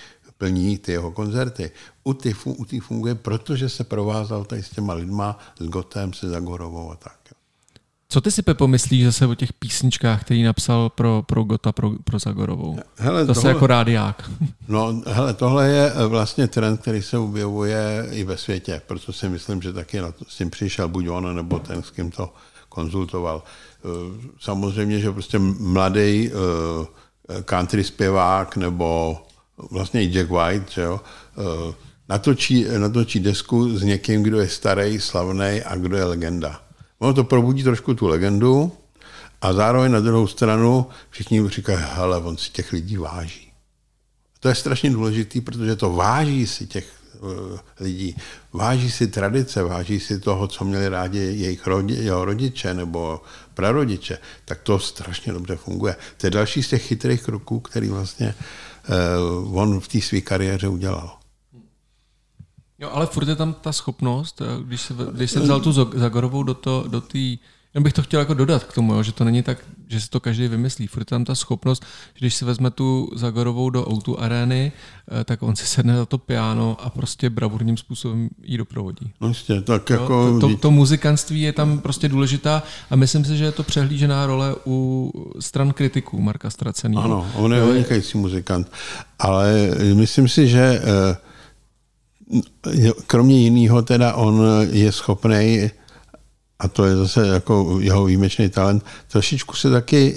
plní ty jeho koncerty. U ty funguje, protože se provázal tady s těma lidma, s Gottem, se Zagorovou a tak. Co ty si, Pepo, myslíš zase o těch písničkách, který napsal pro Gotta, pro Zagorovou? Hele, to se jako rádiák. No, hele, tohle je vlastně trend, který se objevuje i ve světě, proto si myslím, že taky s tím přišel buď on, nebo ten, s kým to konzultoval. Samozřejmě, že prostě mladý country zpěvák, nebo vlastně i Jack White, že jo, natočí desku s někým, kdo je starý, slavný a kdo je legenda. Ono to probudí trošku tu legendu a zároveň na druhou stranu všichni říkají, hele, on si těch lidí váží. To je strašně důležitý, protože to váží si těch lidí, váží si tradice, váží si toho, co měli rádi jeho rodiče nebo prarodiče, tak to strašně dobře funguje. To je další z těch chytrých kroků, který vlastně on v té své kariéře udělal. Jo, ale furt je tam ta schopnost, když se vzal tu Zagorovou do té, jen bych to chtěl jako dodat k tomu, jo, že to není tak, že si to každý vymyslí. Furt je tam ta schopnost, že když si vezme tu Zagorovou do O2 arény, tak on si sedne za to piano a prostě bravurním způsobem jí doprovodí. Vlastně, tak jo, jako... To muzikantství je tam prostě důležitá a myslím si, že je to přehlížená role u stran kritiků Marka Stracenýho. Ano, on je vynikající muzikant, ale myslím si, že kromě jiného teda on je schopný, a to je zase jako jeho výjimečný talent, trošičku se taky,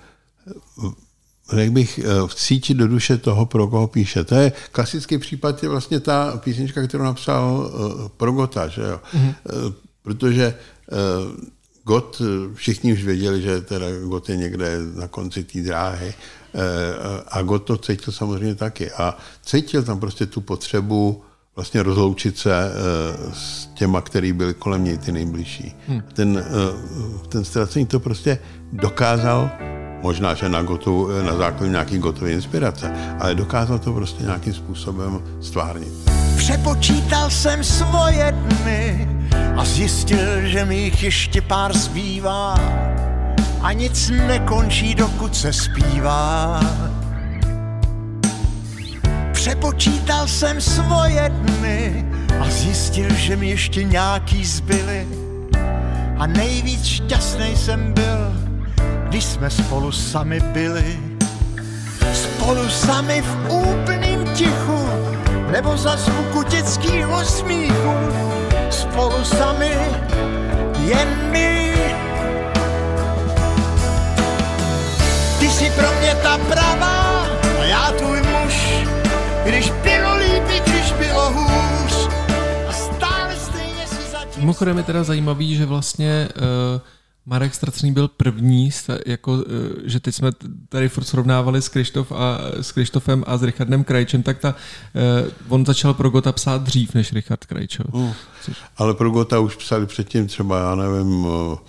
řekl bych, vcítit do duše toho, pro koho píše. To je klasický případ, je vlastně ta písnička, kterou napsal pro Gotta, že jo? Mm-hmm. Protože Gott, všichni už věděli, že teda Gott je někde na konci té dráhy, a Gott to cítil samozřejmě taky. A cítil tam prostě tu potřebu vlastně rozloučit se s těma, který byli kolem něj ty nejbližší. Ten Stracený to prostě dokázal, možná, že na základě nějaký Gottovy inspirace, ale dokázal to prostě nějakým způsobem stvárnit. Přepočítal jsem svoje dny a zjistil, že mi jich ještě pár zbývá a nic nekončí, dokud se zpívá. Přepočítal jsem svoje dny a zjistil, že mi ještě nějaký zbyly. A nejvíc šťastnej jsem byl, když jsme spolu sami byli. Spolu sami v úplným tichu, nebo za zvuku dětskýho smíchu. Spolu sami, jen my. Ty jsi pro mě ta pravá a já tvůj muž. Když bylo líp, když bylo hůř a stále stejně si zatím... Mimochodem je teda zajímavý, že vlastně Marek Stracený byl první, jako, že teď jsme tady furt srovnávali s Krištofem a s Richardem Krajčem, tak on začal pro Gotta psát dřív než Richard Krajčo. Ale pro Gotta už psali předtím třeba, já nevím,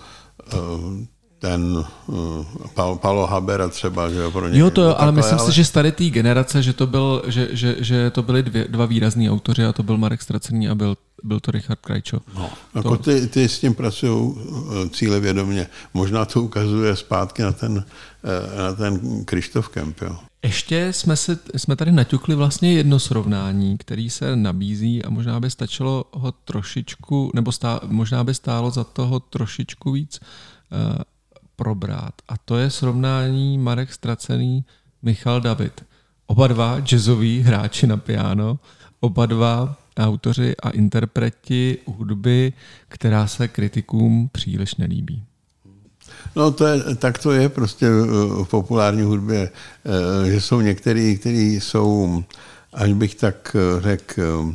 ten Paolo Habera třeba, že jo, pro něj. Jo, to jo, ale myslím si, že z tady té generace, že to byli dva výrazní autoři a to byl Marek Stracený a byl to Richard Krajčo. No, jako ty s tím pracují cílevědomě. Možná to ukazuje zpátky na ten Krištof Kemp, jo. Ještě jsme tady naťukli vlastně jedno srovnání, který se nabízí a možná by stačilo ho trošičku, nebo možná by stálo za toho trošičku víc probrat. A to je srovnání Marek Stracený, Michal David. Oba dva jazzoví hráči na piano, oba dva autoři a interpreti hudby, která se kritikům příliš nelíbí. No tak to je prostě v populární hudbě, že jsou některý, kteří jsou, až bych tak řekl,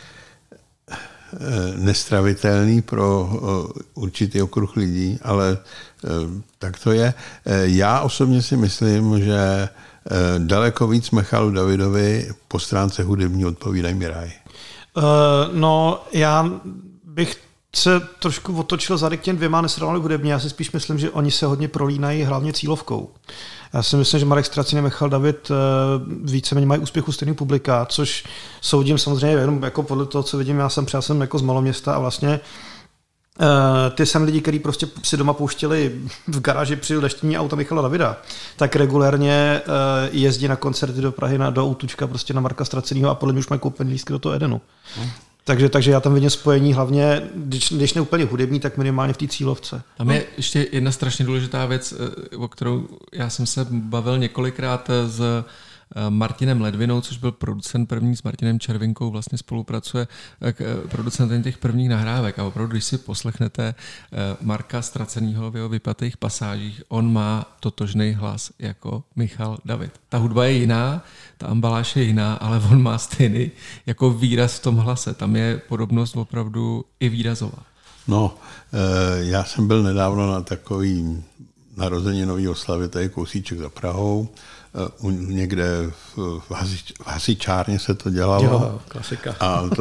nestravitelný pro určitý okruh lidí, ale tak to je. Já osobně si myslím, že daleko víc Michalu Davidovi po stránce hudební odpovídají Miraj. No, já bych se trošku otočil zady k těm dvěma nesrovnali hudebně. Já si spíš myslím, že oni se hodně prolínají hlavně cílovkou. Já si myslím, že Marek Stracený a Michal David víceméně mají úspěch u stejného publika, což soudím samozřejmě jenom jako podle toho, co vidím. Já jsem třeba jako z maloměsta a vlastně ty samé lidi, kteří prostě si doma pouštěli v garáži při leštění auta Michala Davida, tak regulérně jezdí na koncerty do Prahy, do Outučka, prostě na Marka Ztracenýho a podle mě už mají koupený lístky do toho Edenu. Takže já tam vidím spojení hlavně, když ne úplně hudební, tak minimálně v té cílovce. Tam je ještě jedna strašně důležitá věc, o kterou já jsem se bavil několikrát s Martinem Ledvinou, což byl producent první, s Martinem Červinkou vlastně spolupracuje producentem těch prvních nahrávek a opravdu, když si poslechnete Marka Ztracenýho v jeho vypatých pasážích, on má totožný hlas jako Michal David. Ta hudba je jiná, ta ambaláž je jiná, ale on má stejný jako výraz v tom hlase. Tam je podobnost opravdu i výrazová. No, já jsem byl nedávno na takový narozeninový oslavě, tady kousíček za Prahou, někde v hasičárně se to dělalo. Jo, klasika.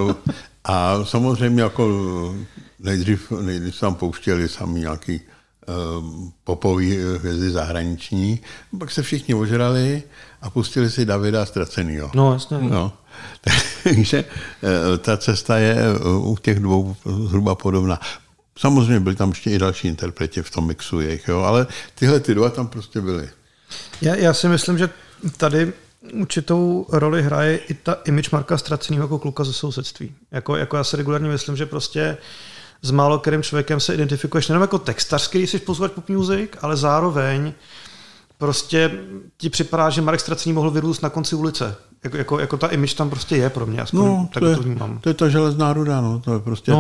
A samozřejmě jako nejdřív tam pouštěli sami nějaký popový hvězdy zahraniční, pak se všichni ožrali a pustili si Davida Ztracenýho. No, jasně. No. Takže ta cesta je u těch dvou zhruba podobná. Samozřejmě byli tam ještě i další interpreti v tom mixu jejich, jo, ale tyhle ty dva tam prostě byly. Já si myslím, že tady určitou roli hraje i ta image Marka Ztracenýho jako kluka ze sousedství. Jako já si regulárně myslím, že prostě s málo kterým člověkem se identifikuješ nejen jako textař, který jsi poslouchat pop music, ale zároveň prostě ti připadá, že Marek Ztracený mohl vyrůst na konci ulice. Jako ta image tam prostě je pro mě, aspoň no, tak to vnímám. To je ta železná ruda, no. To je prostě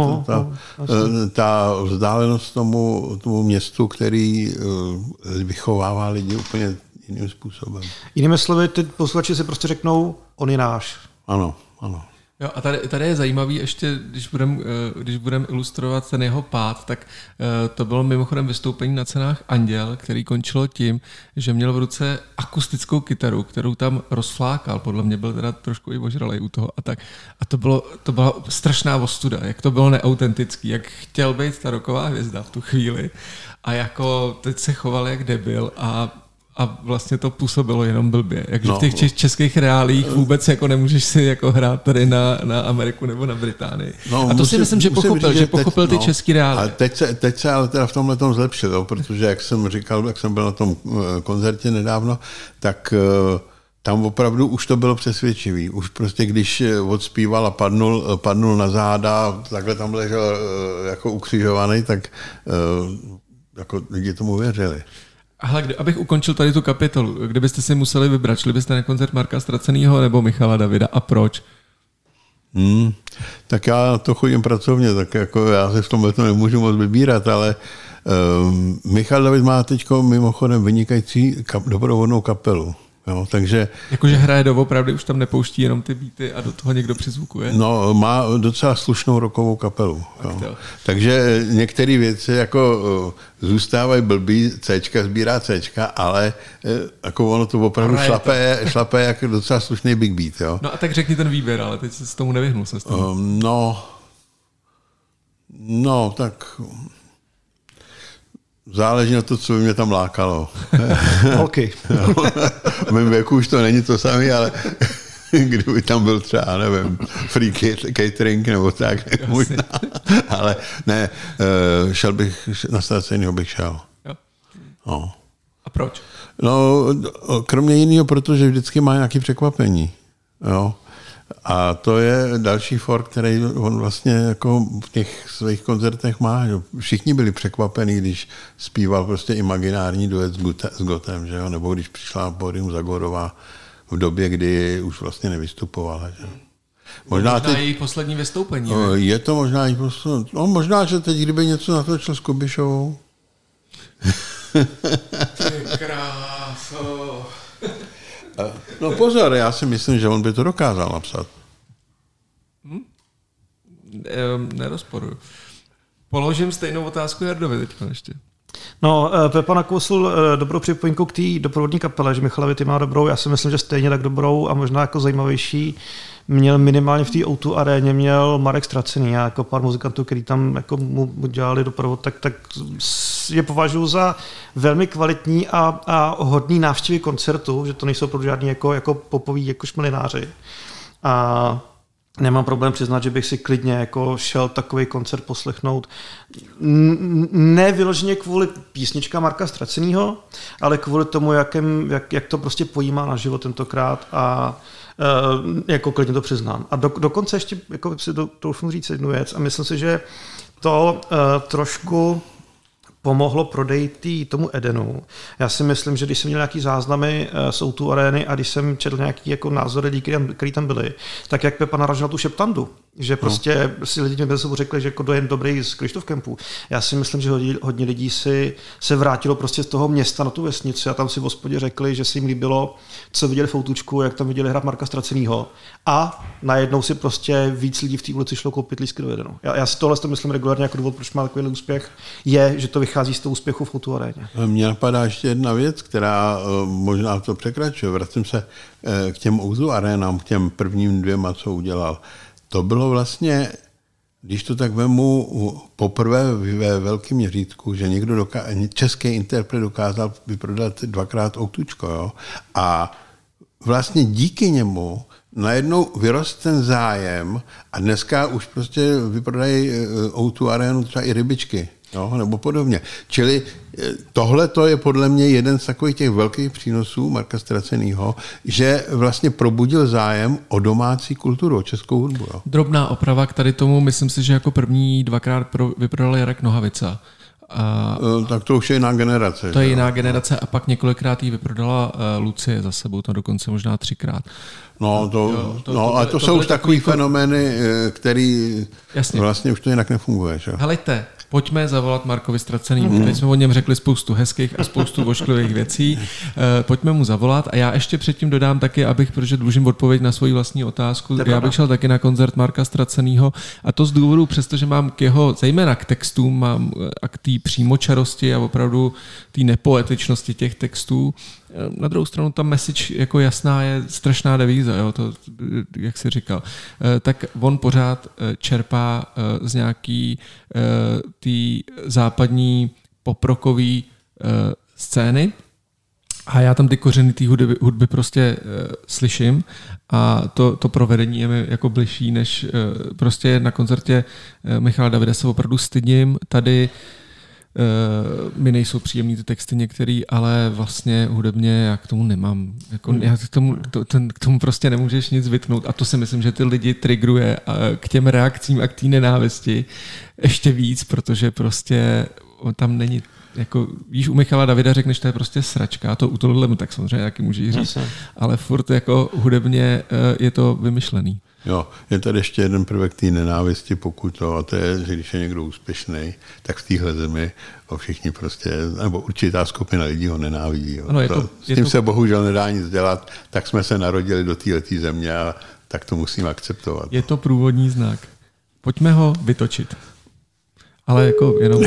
ta vzdálenost tomu městu, který vychovává lidi úplně jiným způsobem. Jinými slovy, ty posluchači si prostě řeknou, on je náš. Ano. Jo, a tady je zajímavý ještě, když budem ilustrovat ten jeho pád, tak to bylo mimochodem vystoupení na cenách Anděl, který končilo tím, že měl v ruce akustickou kytaru, kterou tam rozflákal, podle mě byl teda trošku i ožralej u toho a tak. A to byla strašná ostuda, jak to bylo neautentický, jak chtěl být ta rocková hvězda v tu chvíli a jako teď se choval jak debil a vlastně to působilo jenom blbě. Takže v těch českých reálích vůbec jako nemůžeš si jako hrát tady na Ameriku nebo na Británii. No, a to si myslím, že pochopil ty český reály. Ale teď se ale teda v tomhle tom zlepšil, protože jak jsem říkal, jak jsem byl na tom koncertě nedávno, tak tam opravdu už to bylo přesvědčivý. Už prostě když odspíval a padnul na záda, takhle tam ležel jako ukřižovaný, tak jako lidi tomu věřili. Ale abych ukončil tady tu kapitolu, kdybyste si museli vybrat, šli byste na koncert Marka Ztracenýho nebo Michala Davida a proč? Tak já to chodím pracovně, tak jako já se v tomhle to nemůžu moc vybírat, ale Michal David má teďko mimochodem vynikající doprovodnou kapelu. Jo, takže jakože hraje doopravdy, už tam nepouští jenom ty beaty a do toho někdo přizvukuje? No, má docela slušnou rockovou kapelu. Jo. Takže některé věci jako zůstávají blbý, Cčka sbírá Cčka, ale jako ono to opravdu šlape jak docela slušný big beat. Jo. No a tak řekni ten výběr, ale teď se tomu nevyhnul. No, tak záleží na to, co by mě tam lákalo. Okay. V mém věku už to není to samé, ale kdyby tam byl třeba, nevím, free catering nebo tak, možná. Ale ne, šel bych, na Ztracenýho bych šel. Jo. No. A proč? No, kromě jiného, protože vždycky má nějaké překvapení. Jo. A to je další for, který on vlastně jako v těch svých koncertech má. Všichni byli překvapení, když zpíval prostě imaginární duet s Gotem, že jo? Nebo když přišla na pódium Zagorová v době, kdy už vlastně nevystupovala. Že? Možná její poslední vystoupení. Je to možná její poslední. No, možná, že teď, kdyby něco natočil s Kubišovou. Ty kráso. No pozor, já si myslím, že on by to dokázal napsat. Nerozporuju. Položím stejnou otázku Jardovi teď ještě. No, Pepa nakousl dobrou připomínku k té doprovodní kapele, že Michal David má dobrou, já si myslím, že stejně tak dobrou a možná jako zajímavější měl minimálně v té O2 aréně měl Marek Ztracený a jako pár muzikantů, který tam jako mu dělali doprovod, tak je považuji za velmi kvalitní a hodný návštěvy koncertu, že to nejsou opravdu žádní jako popoví jako šmelináři. A nemám problém přiznat, že bych si klidně jako šel takový koncert poslechnout. Ne vyloženě kvůli písnička Marka Ztracenýho, ale kvůli tomu, jak to prostě pojímá na život tentokrát a jako klidně to přiznám. A dokonce ještě jako si doufnu říct jednu věc a myslím si, že to trošku pomohlo prodeji tomu Edenu. Já si myslím, že když jsem měl nějaký záznamy z O2 Areny a když jsem četl nějaký jako názory lidí, který tam byli, tak jak Pepa narážel na tu šeptandu, že prostě si lidi mezi sebou řekli, že jako dojem dobrý z Krištof Kempu. Já si myslím, že hodně lidí se vrátilo prostě z toho města na tu vesnici a tam si v hospodě řekli, že si jim líbilo, co viděli v Outučku, jak tam viděli hrát Marka Ztracenýho. A najednou si prostě víc lidí v té ulici šlo koupit lístky do Edenu. Já si tohle myslím regulárně jako důvod, proč má takový úspěch, je, že to vychází z toho úspěchu v O2 Aréně. Mně napadá ještě jedna věc, která možná to překračuje. Vracím se k těm O2 Arénám, k těm prvním 2, co udělal. To bylo vlastně, když to tak vemu, poprvé ve velkém měřítku, že někdo český interpret dokázal vyprodat 2krát Outučko. Jo? A vlastně díky němu najednou vyrost ten zájem a dneska už prostě vyprodají O2 Arénu třeba i rybičky. No, nebo podobně. Čili tohle to je podle mě jeden z takových těch velkých přínosů Marka Ztracenýho, že vlastně probudil zájem o domácí kulturu, o českou hudbu. Jo. Drobná oprava k tady tomu, myslím si, že jako první 2krát vyprodal Jarek Nohavica. Tak to už je jiná generace. To je jiná generace a pak několikrát jí vyprodala Lucie za sebou, to dokonce možná 3krát. A to jsou už takový fenomény, který vlastně už to jinak nefunguje. Že? Helejte, pojďme zavolat Markovi Ztracenému. Teď jsme o něm řekli spoustu hezkých a spoustu vošklivých věcí. Pojďme mu zavolat a já ještě předtím dodám taky, protože dlužím odpověď na svoji vlastní otázku. Já bych šel taky na koncert Marka Ztracenýho a to z důvodu, přestože mám k jeho, zejména k textům, mám a k té přímočarosti a opravdu té nepoetičnosti těch textů. Na druhou stranu ta message jako jasná je strašná devíza, jo, to, jak jsi říkal. Tak on pořád čerpá z nějaký té západní poprokové scény a já tam ty kořeny té hudby prostě slyším a to provedení je mi jako bližší, než prostě na koncertě Michala Davida se opravdu stydím. Tady mi nejsou příjemný ty texty některý, ale vlastně hudebně já k tomu nemám. Jako, k tomu prostě nemůžeš nic vytknout a to si myslím, že ty lidi triggeruje k těm reakcím a k té nenávisti ještě víc, protože prostě tam není jako, víš, u Michala Davida řekneš, to je prostě sračka, to u tohohle tak samozřejmě jaký můžeš říct, ale furt jako hudebně je to vymyšlený. Jo, je tady ještě jeden prvek té nenávisti, pokud to, a to je, že když je někdo úspěšný, tak v téhle zemi ho všichni prostě, nebo určitá skupina lidí ho nenávidí. Jo. Ano, s tím se bohužel nedá nic dělat, tak jsme se narodili do této země a tak to musíme akceptovat. Je to průvodní znak. Pojďme ho vytočit. Ale jako jenom...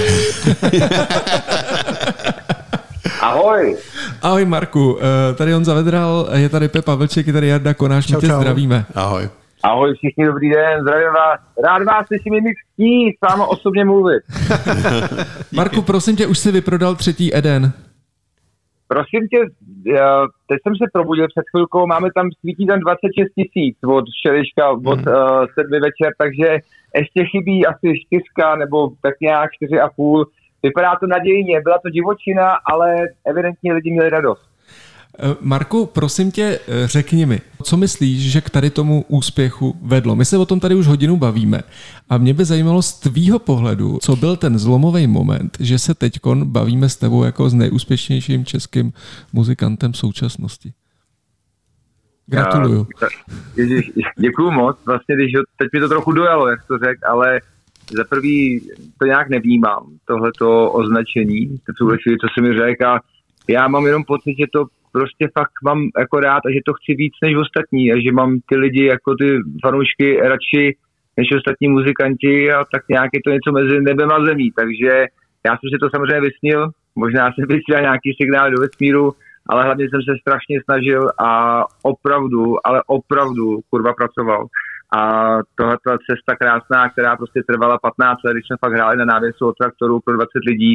Ahoj. Ahoj Marku, tady Honza Vedral, je tady Pepa Vlček, je tady Jarda Konáš, my tě zdravíme. Ahoj. Ahoj všichni, dobrý den, zdravím vás. Rád vás slyším, mi ctí s váma osobně mluvit. Marku, prosím tě, už jsi vyprodal 3. Eden. Prosím tě, teď jsem se probudil před chvilkou, svítí tam 26 000 od včerejška, od 7 večer, takže ještě chybí asi 4 nebo tak nějak 4,5. Vypadá to nadějně, byla to divočina, ale evidentně lidi měli radost. Marku, prosím tě, řekni mi, co myslíš, že k tady tomu úspěchu vedlo? My se o tom tady už hodinu bavíme a mě by zajímalo z tvýho pohledu, co byl ten zlomový moment, že se teďkon bavíme s tebou jako s nejúspěšnějším českým muzikantem současnosti. Gratuluju. Děkuju moc, vlastně teď mi to trochu dojalo, jak to řekl, ale za prvý to nějak nevnímám, tohleto označení, co jsi mi řekl a já mám jenom pocit, že to prostě fakt mám jako rád a že to chci víc než ostatní a že mám ty lidi jako ty fanoušky radši než ostatní muzikanti a tak nějak je to něco mezi nebem a zemí, takže já jsem si to samozřejmě vysnil, možná jsem vysílal nějaký signál do vesmíru, ale hlavně jsem se strašně snažil a opravdu kurva pracoval. A tohle ta cesta krásná, která prostě trvala 15 let, když jsme fakt hráli na návěsu od Traktoru pro 20 lidí,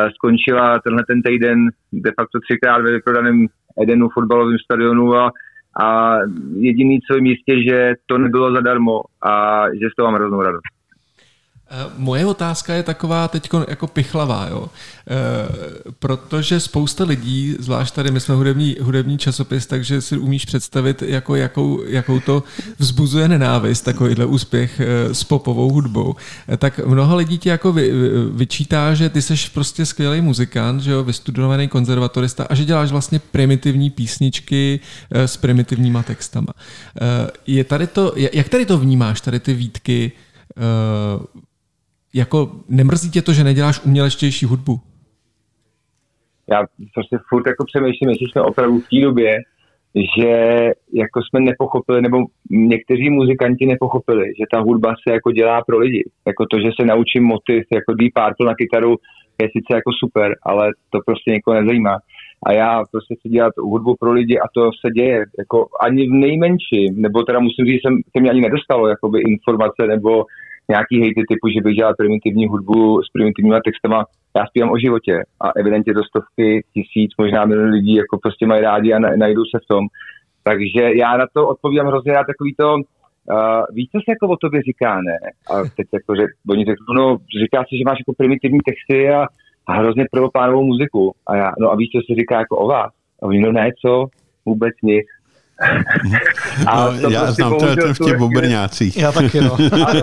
skončila ten týden de facto 3krát ve vyprodaném Edenu fotbalovém stadionu a a jediný, co jim jistě, že to nebylo zadarmo a že z toho mám hroznou radost. Moje otázka je taková teď jako pichlavá, jo? Protože spousta lidí, zvlášť tady my jsme hudební časopis, takže si umíš představit, jakou to vzbuzuje nenávist, takovýhle úspěch s popovou hudbou. Tak mnoho lidí ti jako vyčítá, že ty seš prostě skvělý muzikant, že jo, vystudovaný konzervatorista a že děláš vlastně primitivní písničky s primitivníma textama. Je tady to, jak tady to vnímáš, tady ty výtky? Jako nemrzí tě to, že neděláš umělečtější hudbu? Já prostě furt jako přemýšlím, jestli jsme opravdu v té době, že jako jsme nepochopili, nebo někteří muzikanti nepochopili, že ta hudba se jako dělá pro lidi. Jako to, že se naučím motiv, jako Deep Purple na kytaru, je sice jako super, ale to prostě někoho nezajímá. A já prostě chci dělat hudbu pro lidi a to se děje. Jako ani v nejmenším, nebo teda musím říct, že mě ani nedostalo jakoby informace nebo nějaký hejty typu, že bych dělal primitivní hudbu s primitivníma textama. Já zpívám o životě a evidentně do stovky, tisíc, možná milion lidí jako prostě mají rádi a najdou se v tom. Takže já na to odpovídám hrozně rád takový to, víš, co se jako o tobě říká, ne? A teď jako, že oni řeknou, no, říká si, že máš jako primitivní texty a hrozně prvoplánovou muziku. A já, no a víš, co se říká jako o vás? A oni, no ne, co? Vůbec nic. A no, já prostě znám to v těch obrňácích. Já taky, no.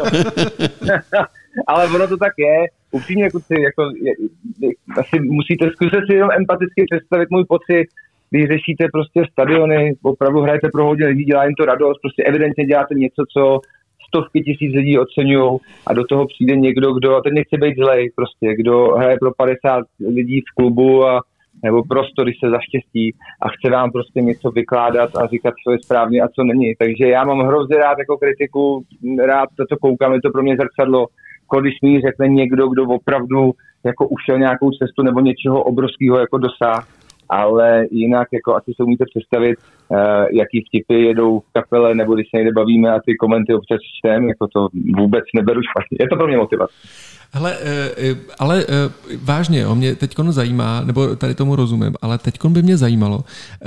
Ale ono to tak je. Upřímně, jako asi musíte zkusit si jenom empaticky představit můj pocit, když řešíte prostě stadiony, opravdu hrajete pro hodně lidí, dělá jim to radost, prostě evidentně děláte něco, co stovky tisíc lidí oceňují a do toho přijde někdo, kdo, a ten nechce být zlej, prostě, kdo hraje pro 50 lidí v klubu a nebo prostě, když se zaštěstí a chce vám prostě něco vykládat a říkat, co je správně a co není. Takže já mám hrozně rád jako kritiku, rád to koukám, je to pro mě zrcadlo, když mi řekne někdo, kdo opravdu jako ušel nějakou cestu nebo něčeho obrovského jako dosáh, ale jinak jako asi se umíte představit, jaký vtipy jedou v kapele, nebo když se někde bavíme a ty komenty občas čtem, jako to vůbec neberu špatně. Je to pro mě motivace. Hele, ale vážně, mě teďkon zajímá, nebo tady tomu rozumím, ale teďkon by mě zajímalo,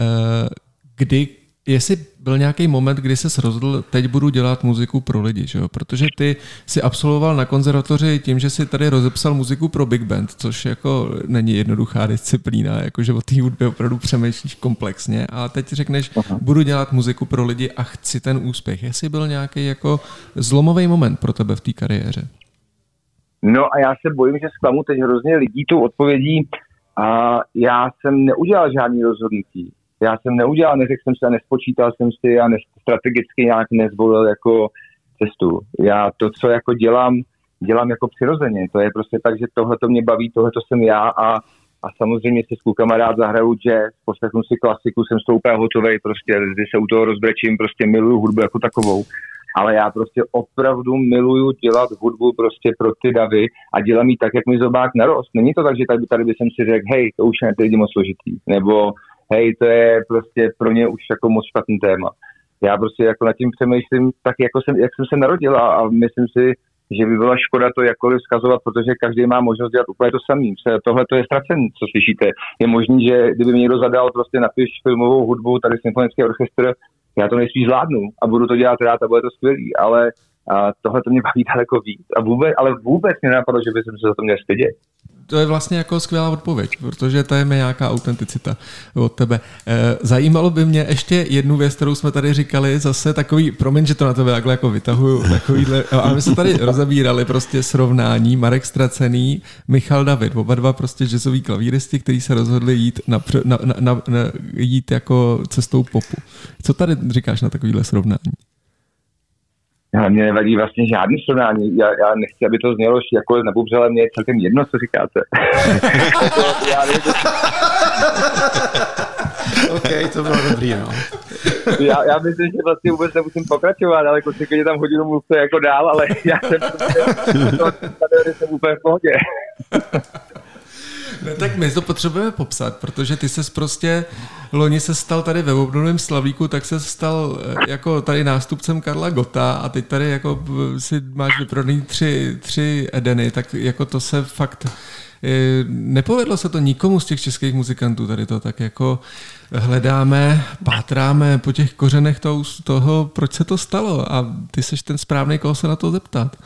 jestli byl nějaký moment, kdy ses rozhodl, teď budu dělat muziku pro lidi, že jo? Protože ty si absolvoval na konzervatoři tím, že si tady rozepsal muziku pro big band, což jako není jednoduchá disciplína, jakože o té hudbě opravdu přemýšlíš komplexně a teď řekneš, budu dělat muziku pro lidi a chci ten úspěch. Jestli byl nějaký jako zlomový moment pro tebe v té kariéře? No a já se bojím, že zklamu teď hrozně lidí tou odpovědí a já jsem neudělal žádný rozhodnutí. Já jsem neudělal, neřekl jsem si a nespočítal jsem si a strategicky nějak nezvolil jako cestu. Já to, co jako dělám jako přirozeně. To je prostě tak, že tohle to mě baví, tohle to jsem já a samozřejmě si s klukama rád zahraju jazz, poslechnu si klasiku, jsem s tou úplně hotovej, prostě když se u toho rozbrečím, prostě miluju hudbu jako takovou. Ale já prostě opravdu miluju dělat hudbu prostě pro ty davy a dělám ji tak, jak mi zobák narost. Není to tak, že tady bych si řekl, hej, to už je teď moc složitý, nebo hej, to je prostě pro ně už jako moc špatný téma. Já prostě jako nad tím přemýšlím tak, jak jsem se narodil a myslím si, že by byla škoda to jakkoliv vzkazovat, protože každý má možnost dělat úplně to samý. Tohle to je ztracený, co slyšíte. Je možný, že kdyby mi někdo zadal prostě napiš filmovou hudbu, tady symfonický orchestr, já to nejspíš zvládnu a budu to dělat rád a bude to skvělý, ale tohle to mě baví daleko víc. Ale vůbec mě nenapadlo, že bych se za to měl stydět. To je vlastně jako skvělá odpověď, protože to je nějaká autenticita od tebe. Zajímalo by mě ještě jednu věc, kterou jsme tady říkali, zase takový, promiň, že to na tebe takhle jako vytahuju, takovýhle, ale my jsme tady rozebírali prostě srovnání Marek Ztracený, Michal David, oba dva prostě jazzoví klavíristi, kteří se rozhodli jít, jít jako cestou popu. Co tady říkáš na takovýhle srovnání? Mně nevadí vlastně žádný srovnání. Já nechci, aby to znělo jako nabubřele, mně je celkem jedno, co říkáte. OK, to bylo dobrý, no. Já myslím, že vlastně vůbec nemusím pokračovat, ale klidně tam hodinu mluvte jako dál, ale já jsem úplně v pohodě. No, tak my to potřebujeme popsat, protože ty ses prostě, loni se stal tady ve obnovném Slavíku, tak se stal jako tady nástupcem Karla Gotta a teď tady jako si máš vyprodaný tři Edeny, tak jako to se fakt nepovedlo se to nikomu z těch českých muzikantů, tady to tak jako hledáme, pátráme po těch kořenech toho, proč se to stalo a ty seš ten správný, koho se na to zeptat.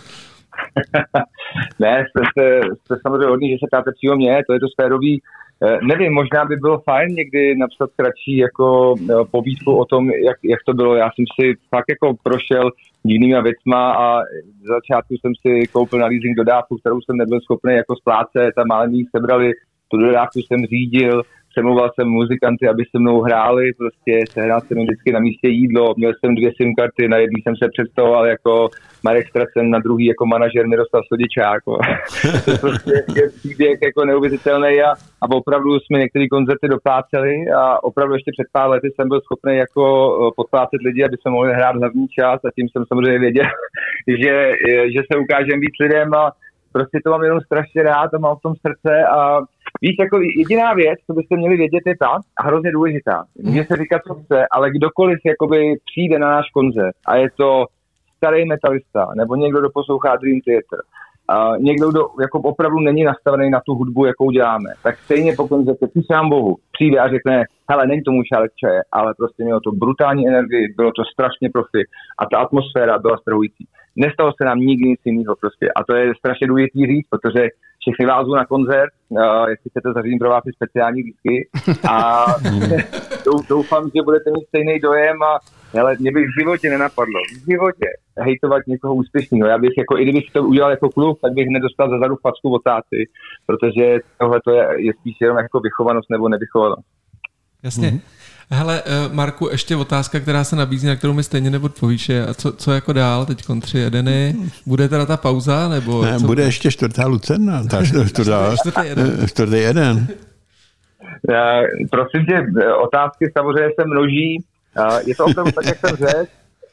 Ne, jste samozřejmě hodný, že se ptáte přímo mě, to je to sférový. Nevím, možná by bylo fajn někdy napsat kratší jako povídku o tom, jak to bylo. Já jsem si fakt jako prošel jinýma věcma a za začátku jsem si koupil na leasing dodávku, kterou jsem nebyl schopný jako splácet a málem jí sebrali. Tu dodávku jsem řídil, přemlouval jsem muzikanty, aby se mnou hráli, prostě sehnal jsem vždycky na místě jídlo, měl jsem 2 SIM karty, na jedný jsem se představoval jako Marek Stracen, na druhý jako manažer Miroslav Sodičák. To je prostě příběh jako neuvěřitelný a opravdu jsme některé koncerty dopláceli a opravdu ještě před pár lety jsem byl schopný jako podplácet lidi, aby se mohli hrát hlavní čas a tím jsem samozřejmě věděl, že se ukážem víc lidem a prostě to mám jenom strašně rád a mám v tom srdce a víš, jako jediná věc, co byste měli vědět, je ta a hrozně důležitá. Může se říkat, co chce, ale kdokoliv jakoby přijde na náš koncert a je to starý metalista, nebo někdo, kdo poslouchá Dream Theater, někdo, kdo jako opravdu není nastavený na tu hudbu, jakou děláme, tak stejně po koncertě, sám Bohu, přijde a řekne, hele, není tomu šálek čaje, ale prostě mělo to brutální energii, bylo to strašně profi a ta atmosféra byla strhující. Nestalo se nám nikdy nic jiného prostě a to je strašně důležitý říct, protože všechny vás zvu na koncert, jestli chcete zařídit pro vás i speciální lístky a doufám, že budete mít stejný dojem a hele, mě by v životě nenapadlo, v životě hejtovat někoho úspěšného. Já bych jako, i kdybych to udělal jako kluk, tak bych nedostal za zadu facku od táty, protože tohle je spíš jenom jako vychovanost nebo nevychovanost. Jasně. Hele, Marku, ještě otázka, která se nabízí, na kterou mi stejně neodpovíš, a co jako dál, teď 3 Edeny, bude teda ta pauza, nebo... Ne, bude ještě 4. Lucerna, čtvrtý Eden. Prosím tě, otázky samozřejmě se množí, je to opravdu tak, jak jsem řekl,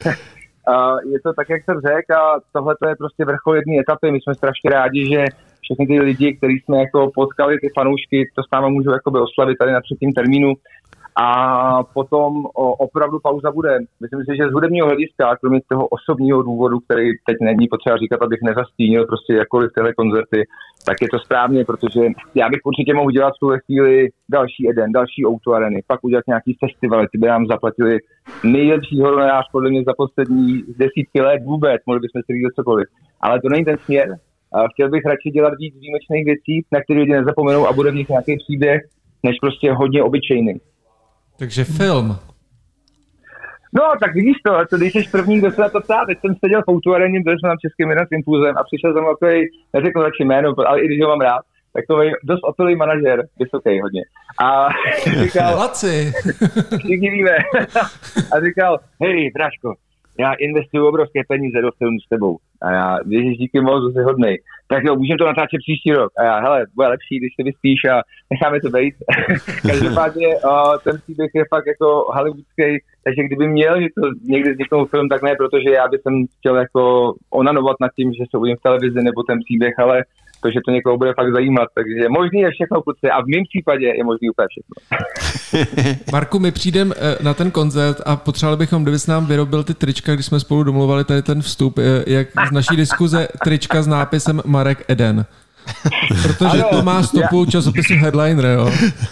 a tohle je prostě vrchol jedné etapy, my jsme strašně rádi, že všechny ty lidi, kteří jsme jako potkali, ty fanoušky, to s náma můžou jakoby oslavit tady na 3. termínu. A potom opravdu pauza bude. Myslím si, že z hudebního hlediska, kromě toho osobního důvodu, který teď není potřeba říkat, abych nezastínil prostě jakkoliv tyhle koncerty, tak je to správně, protože já bych určitě mohl dělat v tuhle chvíli další Eden, další O2 Areny, pak udělat nějaký festivaly, ty by nám zaplatili nejlepší horonář podle mě za poslední desítky let vůbec, mohli bychom si říct cokoliv. Ale to není ten směr. Chtěl bych radši dělat víc výjimečných věcí, na které lidi nezapomenou a bude v nich nějaký příběh, než prostě hodně obyčejný. Takže film. No, tak vidíš to když jsi první, kdo se na to ptá, teď jsem seděl v O2 Areně, byl jsem tam Českým Mirným impulzem a přišel jsem takový, neřeknu radši jméno, ale i když ho mám rád, takový dost opilý manažer, vysoký hodně. A říkal, Laci. Všichni víme. A říkal, hej, Bráško, já investuju obrovské peníze do filmu s tebou. A já, ježiš, díky moc, jsi hodnej. Tak jo, můžeme to natáčet příští rok. A já, hele, bude lepší, když se vyspíš a necháme to bejt. Každopádně ten příběh je fakt jako hollywoodský, takže kdyby měl že to někdy vzniknout film, tak ne, protože já bych chtěl jako onanovat nad tím, že se uvidím v televizi nebo ten příběh, ale to, že to někoho bude fakt zajímat. Takže možný je všechno, kluci, a v mém případě je možný úplně všechno. Marku, my přijdeme na ten koncert a potřebovali bychom, kdyby jsi nám vyrobil ty trička, když jsme spolu domluvali tady ten vstup, jak z naší diskuze trička s nápisem Marek Eden. Protože to má stopu časopisu Headliner, jo?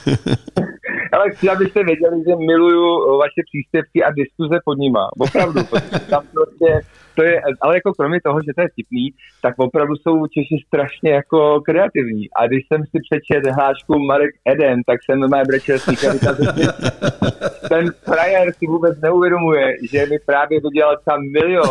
Ale chci, abyste věděli, že miluju vaše příspěvky a diskuze pod nima. Opravdu. Tam prostě to je, ale jako kromě toho, že to je vtipný, tak opravdu jsou Češi strašně jako kreativní. A když jsem si přečet hlášku Marek Eden, tak jsem mé brečel sníka, ten frajer si vůbec neuvědomuje, že mi právě vydělal třeba 1 milion.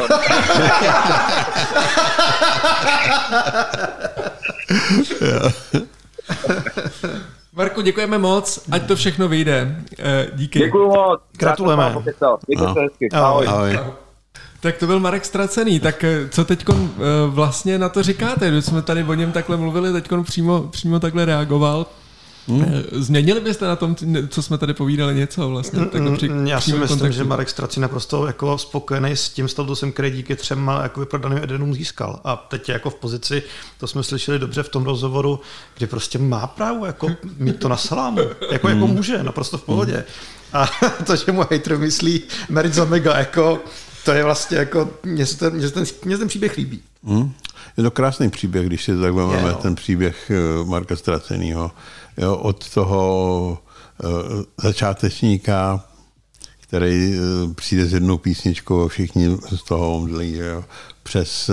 Marku, děkujeme moc, ať to všechno vyjde. Díky. Děkuju moc. Gratulujeme. Mějte se hezky. Ahoj. Ahoj. Tak to byl Marek Stracený, tak co teďkon vlastně na to říkáte? Když jsme tady o něm takhle mluvili, teďkon přímo takhle reagoval. Změnili byste na tom, co jsme tady povídali něco vlastně? Já si myslím, že Marek Stracin naprosto jako spokojený s tím statusem, který díky 3 jako vyprodaným Edenům získal. A teď je jako v pozici, to jsme slyšeli dobře v tom rozhovoru, kdy prostě má právo jako mít to na salámu. Jako může, naprosto v pohodě. A to, že mu hater myslí Merit za mega, jako to je vlastně jako, mně ten příběh líbí. Je to krásný příběh, když si tak máme ten příběh Marka Stracenýho. Jo, od toho začátečníka, který přijde s jednou písničkou a všichni z toho omdlí, jo, přes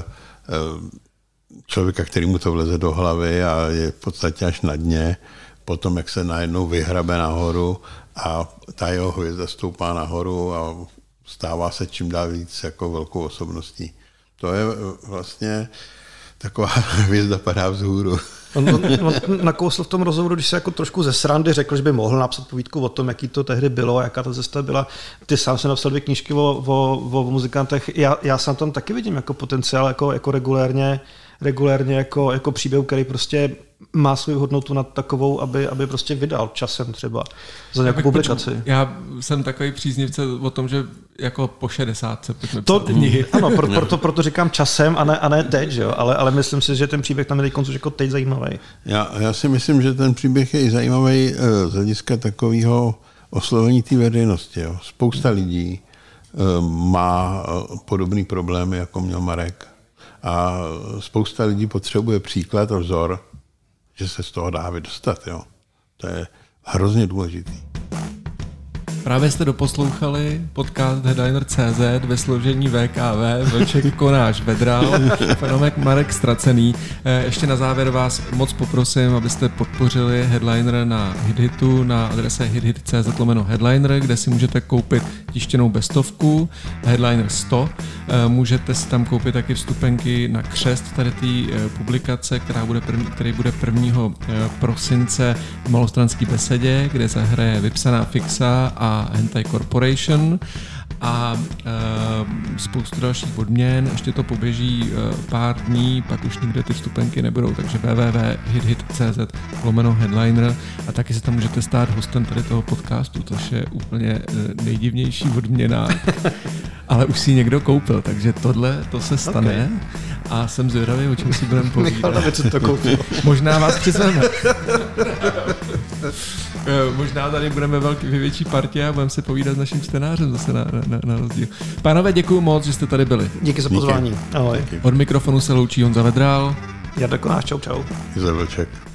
člověka, který mu to vleze do hlavy a je v podstatě až na dně, potom jak se najednou vyhrabe nahoru a ta jeho hvězda stoupá nahoru a stává se čím dál víc jako velkou osobností. To je vlastně taková hvězda padá vzhůru. On nakousl v tom rozhovoru, když se jako trošku ze srandy řekl, že by mohl napsat povídku o tom, jaký to tehdy bylo a jaká ta cesta byla. Ty sám se napsal 2 knížky o muzikantech. Já sám tam taky vidím jako potenciál, jako regulérně jako příběh, který prostě má svou hodnotu nad takovou, aby prostě vydal časem třeba za nějakou publikaci. Já jsem takový příznivce o tom, že jako po 60 se pojďme psát knihy. Ano, proto říkám časem a ne teď, že jo? Ale myslím si, že ten příběh tam je teď jako teď zajímavý. Já si myslím, že ten příběh je i zajímavý z hlediska takového oslovení té veřejnosti. Jo. Spousta lidí má podobný problémy, jako měl Marek. A spousta lidí potřebuje příklad a vzor, že se z toho dá vydostat. Jo. To je hrozně důležitý. Právě jste doposlouchali podcast Headliner.cz ve složení VKV, Vlček, Konáš, Vedral, fenomen Marek Stracený. Ještě na závěr vás moc poprosím, abyste podpořili Headliner na HitHitu na adrese hithit.cz/headliner, kde si můžete koupit tištěnou bestovku Headliner 100. Můžete si tam koupit taky vstupenky na křest tady té publikace, který bude 1. prosince v Malostranské besedě, kde zahraje Vypsaná fixa a Hentai Corporation a spoustu dalších odměn. Ještě to poběží pár dní, pak už nikde ty vstupenky nebudou, takže www.hithit.cz/headliner a taky se tam můžete stát hostem tady toho podcastu, což je úplně nejdivnější odměna, ale už si někdo koupil, takže to se stane. Okay. A jsem zvědavý, o čem si budeme povídat. Možná vás přizveme. Možná tady budeme ve větší partě a budeme se povídat s naším čtenářem zase na rozdíl. Pánové, děkuju moc, že jste tady byli. Díky za pozvání. Ahoj. Od mikrofonu se loučí Honza Vedral. Jarda Konáš, čau. Vlček.